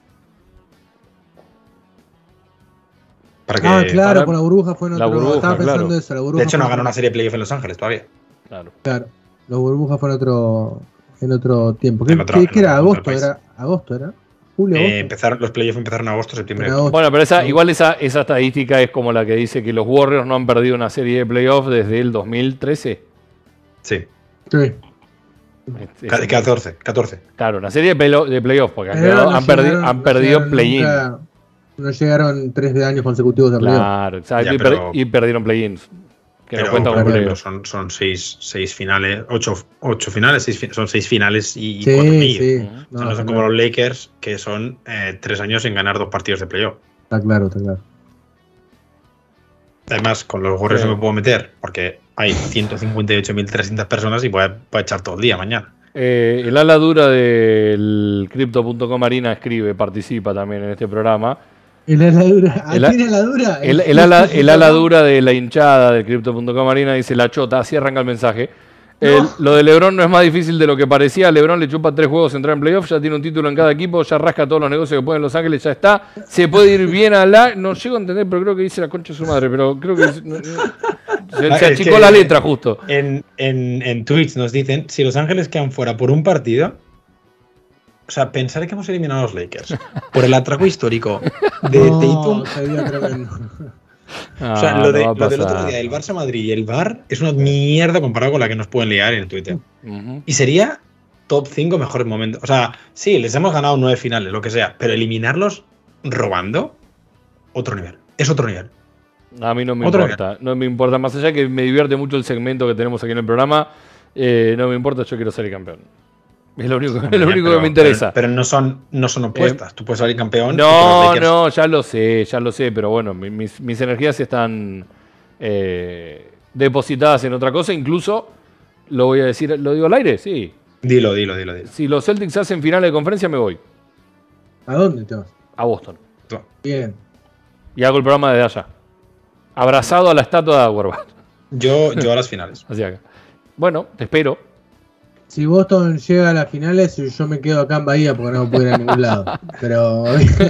Para que, ah, claro, para, con la burbuja fue en otro... La burbuja, estaba pensando claro. eso, la burbuja de hecho, no fue... ganó una serie de playoff en Los Ángeles todavía. Claro. Claro, la burbuja fue en otro, en otro tiempo. ¿Qué, otro, ¿qué, ¿qué era? ¿Agosto? Era, ¿Agosto era? ¿Julio? Eh, agosto. empezaron, los playoffs empezaron en agosto, septiembre. En agosto. Bueno, pero esa, igual esa, esa estadística es como la que dice que los Warriors no han perdido una serie de playoffs desde el dos mil trece. Sí. Sí. Es, catorce, catorce. Claro, una serie de, play de playoffs, porque han, quedado, no han, perdi llegaron, han perdido no play-in. No llegaron tres de años consecutivos de playoff. Claro, exacto. Ya, y, pero, per y perdieron play-ins. Que pero, no cuenta con playoffs. Son, son seis, seis finales, ocho, ocho finales, seis, son seis finales y, sí, y cuatro millas. Sí. Uh -huh. No, o sea, no son como claro. Los Lakers, que son eh, tres años sin ganar dos partidos de playoff. Está claro, está claro. Además, con los Warriors sí. no me puedo meter, porque hay ciento cincuenta y ocho mil trescientas personas y voy a, voy a echar todo el día mañana. Eh, el ala dura del Crypto punto com Marina escribe, participa también en este programa. ¿El ala dura? ¿A quién ala dura? El, el, ala, el ala dura de la hinchada del Crypto punto com Marina dice: la chota, así arranca el mensaje. El, no. Lo de LeBron no es más difícil de lo que parecía. LeBron le chupa tres juegos entrar en playoff, ya tiene un título en cada equipo, ya rasca todos los negocios que puede en Los Ángeles, ya está. Se puede ir bien a la... No llego a entender, pero creo que dice la concha de su madre, pero creo que... No, no, se, se achicó la letra justo. En, en, en Twitch nos dicen, si Los Ángeles quedan fuera por un partido... O sea, pensar que hemos eliminado a los Lakers por el atraco histórico de no, Tatum... sería tremendo. Ah, o sea, lo, de, no lo del otro día, el Barça Madrid y el V A R es una mierda comparado con la que nos pueden liar en Twitter. Uh-huh. Y sería top cinco mejores momentos. O sea, sí, les hemos ganado nueve finales, lo que sea, pero eliminarlos robando, otro nivel. Es otro nivel. A mí no me otro importa. Nivel. No me importa. Más allá que me divierte mucho el segmento que tenemos aquí en el programa, eh, no me importa, yo quiero salir campeón. Es lo único, Hombre, es lo único pero, que me interesa. Pero, pero no, son, no son opuestas. Eh, Tú puedes salir campeón. No, no, ya lo sé, ya lo sé. Pero bueno, mis, mis energías están eh, depositadas en otra cosa. Incluso, lo voy a decir, ¿lo digo al aire? Sí. Dilo, dilo, dilo. dilo. Si los Celtics hacen finales de conferencia, me voy. ¿A dónde te vas? A Boston. Bien. Y hago el programa desde allá. Abrazado a la estatua de Auerbach. Yo, yo a las finales. Así acá. Bueno, te espero. Si Boston llega a las finales, yo me quedo acá en Bahía porque no puedo ir a ningún lado. Pero.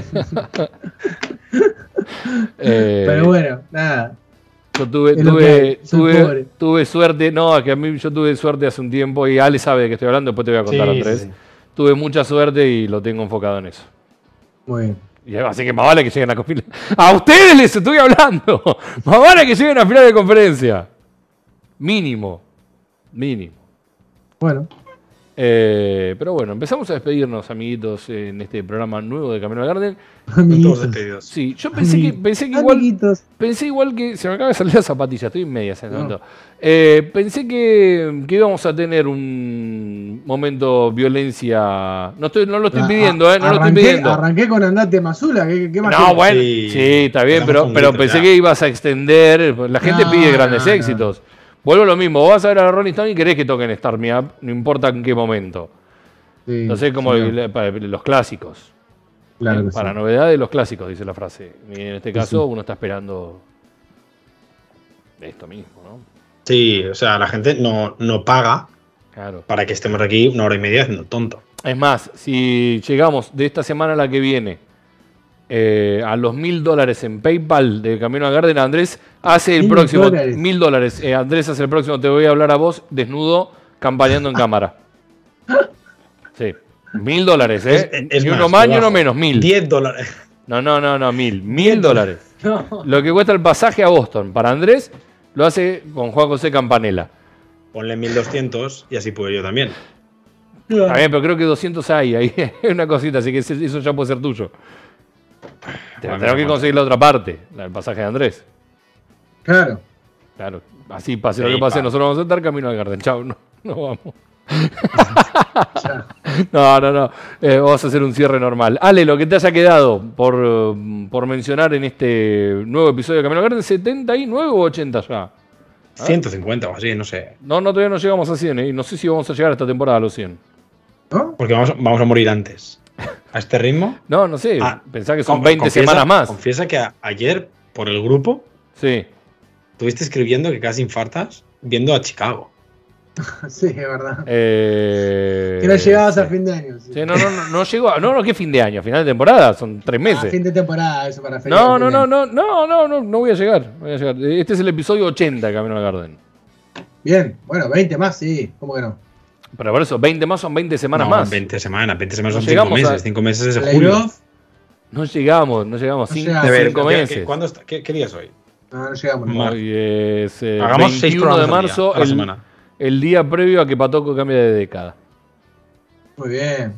eh, Pero bueno, nada. Yo tuve, tuve, tuve, tuve suerte. No, que a mí yo tuve suerte hace un tiempo. Y Ale sabe de qué estoy hablando. Después te voy a contar, sí, Andrés. Sí. Tuve mucha suerte y lo tengo enfocado en eso. Muy bien. Y así que más vale que lleguen a final. A ustedes les estoy hablando. Más vale que lleguen a final de conferencia. Mínimo. Mínimo. Bueno. Eh, pero bueno, empezamos a despedirnos, amiguitos, en este programa nuevo de Camino al Garden. Todos Amiguitos. despedidos. Sí, yo pensé que, pensé que igual. Amiguitos. Pensé igual que. Se me acaba de salir la zapatilla, estoy en medias en este No. momento. Eh, pensé que, que íbamos a tener un momento violencia. No, estoy, no lo estoy Ah, pidiendo, ¿eh? No lo estoy arranqué, pidiendo. Arranqué con Andate Mazula. ¿Qué, qué más No, querés? bueno, Sí, sí, está bien, empezamos pero, con pero litro pensé ya. que ibas a extender. La gente No, pide grandes no, no. éxitos. Vuelvo a lo mismo, vos vas a ver a Rolling Stone y querés que toquen Start Me Up, no importa en qué momento. Sí, Entonces, como señor. el- para los clásicos. Claro Eh, que para sí. novedades, los clásicos, dice la frase. Y en este Sí, caso, sí. uno está esperando esto mismo, ¿no? Sí, o sea, la gente no, no paga Claro. para que estemos aquí una hora y media haciendo tonto. Es más, si llegamos de esta semana a la que viene eh, a los mil dólares en PayPal de Camino al Garden, Andrés hace el Mil próximo. dólares. Mil dólares. Eh, Andrés hace el próximo. Te voy a hablar a vos desnudo, campañando en cámara. Sí. Mil dólares, ¿eh? Es- es ni uno más, más te ni uno bajo. menos. Mil. diez dólares. No, no, no, no. Mil. Mil dólares. No. Lo que cuesta el pasaje a Boston. Para Andrés lo hace con Juan José Campanella. Ponle mil doscientos y así puedo yo también. Está bien, pero creo que doscientos hay. Ahí hay una cosita, así que ese- eso ya puede ser tuyo. Te- Bueno, Tengo que bueno. conseguir la otra parte, la del pasaje de Andrés. Claro. Claro, así pase lo Sí, que pase, pa. nosotros vamos a estar camino al Garden. Chao, no, no vamos. Ya. No, no, no. Eh, vamos a hacer un cierre normal. Ale, lo que te haya quedado por, eh, por mencionar en este nuevo episodio de Camino al Garden, ¿setenta y nueve o ochenta ya? ciento cincuenta o así, no sé. No, no, todavía no llegamos a cien, ¿eh? Y no sé si vamos a llegar a esta temporada a los cien. ¿No? Porque vamos, vamos a morir antes. A este ritmo. No, no sé. Ah, Pensá que son Con- veinte confiesa- semanas más. Confiesa que a- ayer, por el grupo, Sí. estuviste escribiendo que casi infartas viendo a Chicago. Sí, es verdad. Eh, Que no llegabas sí. a fin de año. sí. Sí, no, no, no, no llegó. a- No, no, ¿qué fin de año? Final de temporada, son tres Ah, meses. fin de temporada, eso para feria. No, fin no, de no, año. no, no, no, no, no voy a llegar. no voy a llegar. Este es el episodio ochenta de Camino al Garden. Bien, bueno, veinte más, sí. ¿Cómo que no? Pero por eso, veinte más son veinte semanas No, más. veinte semanas. veinte semanas No son cinco llegamos a- meses. cinco meses es de julio. Playoff. No llegamos, no llegamos. No Cinco, llegamos. A ver, cinco ¿qué- meses. qué- ¿cuándo está? ¿Qué, qué día es hoy? No, no llegamos. no. Mar- Hoy es eh, Hagamos seis veintiuno de programas al día, marzo, a la el, semana. el día previo a que Patoco cambie de década. Muy bien.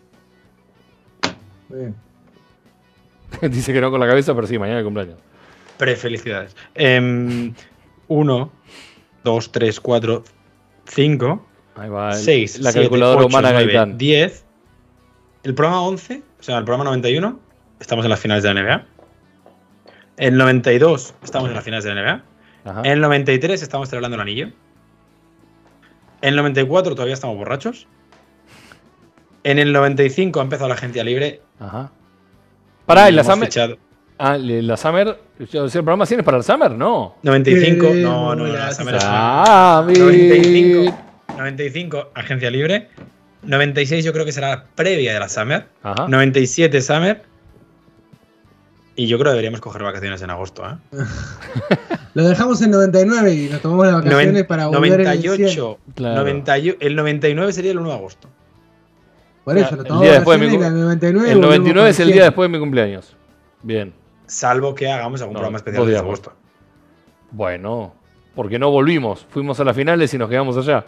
Muy bien. Dice que no con la cabeza, pero sí, mañana el cumpleaños. Prefelicidades. Em, uno, dos, tres, cuatro, cinco, Ahí va el- seis, la siete, calculadora ocho, humana nueve, Gaitán. diez. El programa once, o sea, el programa noventa y uno, estamos en las finales de la N B A. El noventa y dos, estamos en las finales de la N B A. Ajá. En el noventa y tres, estamos celebrando el anillo. En el noventa y cuatro, todavía estamos borrachos. En el noventa y cinco ha empezado la agencia libre. Ajá. Pará, ¿y la Hemos Summer? fichado- Ah, la Summer. yo- ¿El programa cien es para el Summer? No. noventa y cinco, Eh, no, no, no, muy la gracias. Summer es- Ah, noventa y bien. cinco, noventa y cinco, agencia libre. noventa y seis yo creo que será la previa de la Summer. Ajá. noventa y siete Summer. Y yo creo que deberíamos coger vacaciones en agosto. ¿eh? Lo dejamos en noventa y nueve y nos tomamos las vacaciones Noven- para volver en el noventa y ocho, cien. Claro. noventa y- el noventa y nueve sería el uno de agosto. Por eso, El nos tomamos día después de mi vacaciones y cum- la noventa y nueve. El volvemos noventa y nueve con es el cien. día después de mi cumpleaños. Bien. Salvo que hagamos algún No, programa especial de podíamos. agosto. Bueno, porque no volvimos. Fuimos a las finales y nos quedamos allá.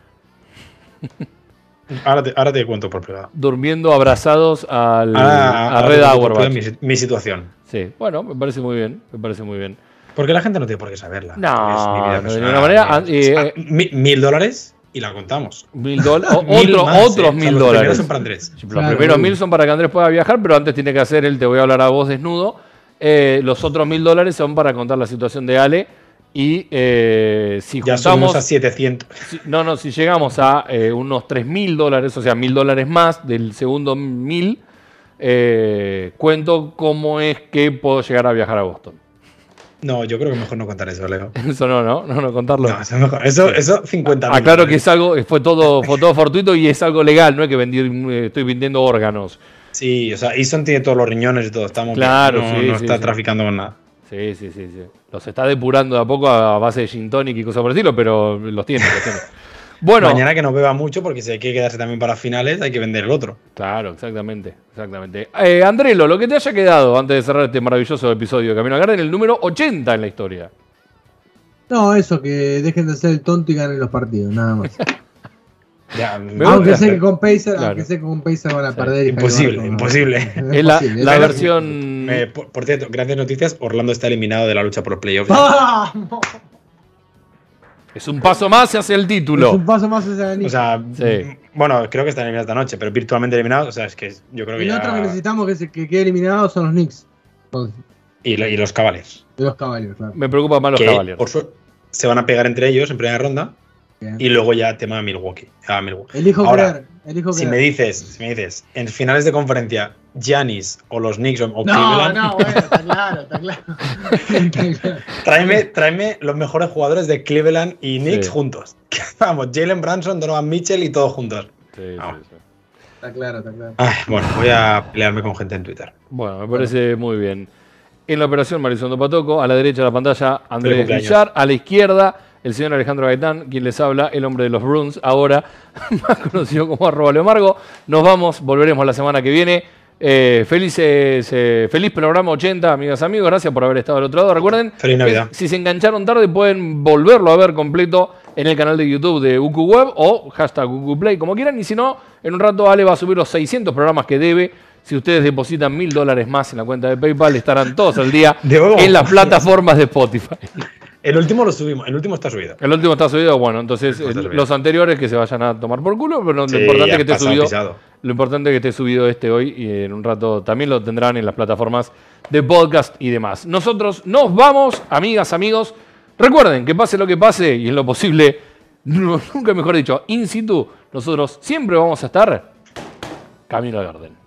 Ahora te, ahora te cuento por privado. Durmiendo abrazados al, Ahora- a ahora Red te cuento por Auerbach. privado mi, mi situación. Sí, bueno, me parece muy bien. Me parece muy bien. Porque la gente no tiene por qué saberla. No, Porque es mi vida no, de personal. ninguna manera. Ah, eh, Ah, mi- mil dólares y la contamos. Mil dólares. Mil Otro, más, eh. otros O sea, mil los dólares. primeros son para Andrés. Los Claro, primeros obvio. mil son para que Andrés pueda viajar, pero antes tiene que hacer el te voy a hablar a vos desnudo. Eh, los otros mil dólares son para contar la situación de Ale. Y eh, si Ya juntamos. somos a setecientos. si- no, no, si llegamos a eh, unos tres mil dólares, o sea, mil dólares más del segundo mil, eh, cuento cómo es que puedo llegar a viajar a Boston. No, yo creo que mejor no contar eso, Leo. Eso no, no, no, no contarlo. No, eso, mejor. eso, eso cincuenta mil. Aclaro que es algo, fue todo, fue todo fortuito y es algo legal, no es que vendí, eh, estoy vendiendo órganos. Sí, o sea, Eason tiene todos los riñones y todo. Estamos Claro, bien, no, sí, no sí, está sí. traficando con nada. Sí, sí, sí, sí. Los está depurando de a poco a base de gin tonic y cosas por el estilo, pero los tiene, los tiene. Bueno, Mañana que no beba mucho, porque si hay que quedarse también para las finales, hay que vender el otro. claro, exactamente, exactamente. Eh, Andrelo, lo que te haya quedado antes de cerrar este maravilloso episodio de Camino al Garden, el número ochenta en la historia. No, eso, que dejen de hacer el tonto y ganen los partidos, nada más. Ya, Me Aunque gusta. sé que con Pacer, Claro. aunque sé que con Pacer van a Sí. perder. y Imposible, Jaime Barco, imposible. no. Es la, Imposible. la Es versión. Eh, por, por cierto, grandes noticias. Orlando está eliminado de la lucha por los playoffs. ¡Ah! No. Es un paso más hacia el Es título. un paso más hacia el O sea, Sí. bueno, creo que están eliminados esta noche, pero virtualmente eliminados. O sea, es que yo creo que El ya... otro que necesitamos que, se, que quede eliminado son los Knicks. Y, lo- y los Cavaliers. Y los Cavaliers, claro. Me preocupa más los que, Cavaliers. por suerte, se van a pegar entre ellos en primera ronda. Bien. Y luego ya tema Milwaukee. a Milwaukee. Elijo Ahora, creer. Elijo si creer. me dices, si me dices, en finales de conferencia, Giannis o los Knicks o, o No, Cleveland, no, bueno, está claro, está claro. Está claro. tráeme, tráeme los mejores jugadores de Cleveland y Knicks Sí. juntos. Vamos, Jalen Brunson, Donovan Mitchell y todos juntos. Sí, sí, Vamos. sí. Está claro, está claro. Ay, bueno, voy a pelearme con gente en Twitter. Bueno, me parece muy bien. En la operación Marisondo Patoco, a la derecha de la pantalla Andrés Feliz cumpleaños. Villar, a la izquierda el señor Alejandro Gaitán, quien les habla, el hombre de los Bruins, ahora más conocido como arroba Leomargo. Nos vamos, volveremos la semana que viene. Eh, felices, eh, feliz programa ochenta, amigas, amigos. Gracias por haber estado al otro lado. Recuerden, Feliz Navidad. que si se engancharon tarde pueden volverlo a ver completo en el canal de YouTube de U Q Web o hashtag U Q Play, como quieran. Y si no, en un rato Ale va a subir los seiscientos programas que debe. Si ustedes depositan mil dólares más en la cuenta de PayPal, estarán todos el día ¿Debo? en las plataformas de Spotify. El último lo subimos, el último está subido. El último está subido, bueno, entonces El último está eh, subido. los anteriores que se vayan a tomar por culo, pero lo Sí, importante ya es que esté pasado, subido. pisado. Lo importante es que esté subido este hoy y en un rato también lo tendrán en las plataformas de podcast y demás. Nosotros nos vamos, amigas, amigos. Recuerden que pase lo que pase y en lo posible, no, nunca mejor dicho, in situ, nosotros siempre vamos a estar camino al Garden.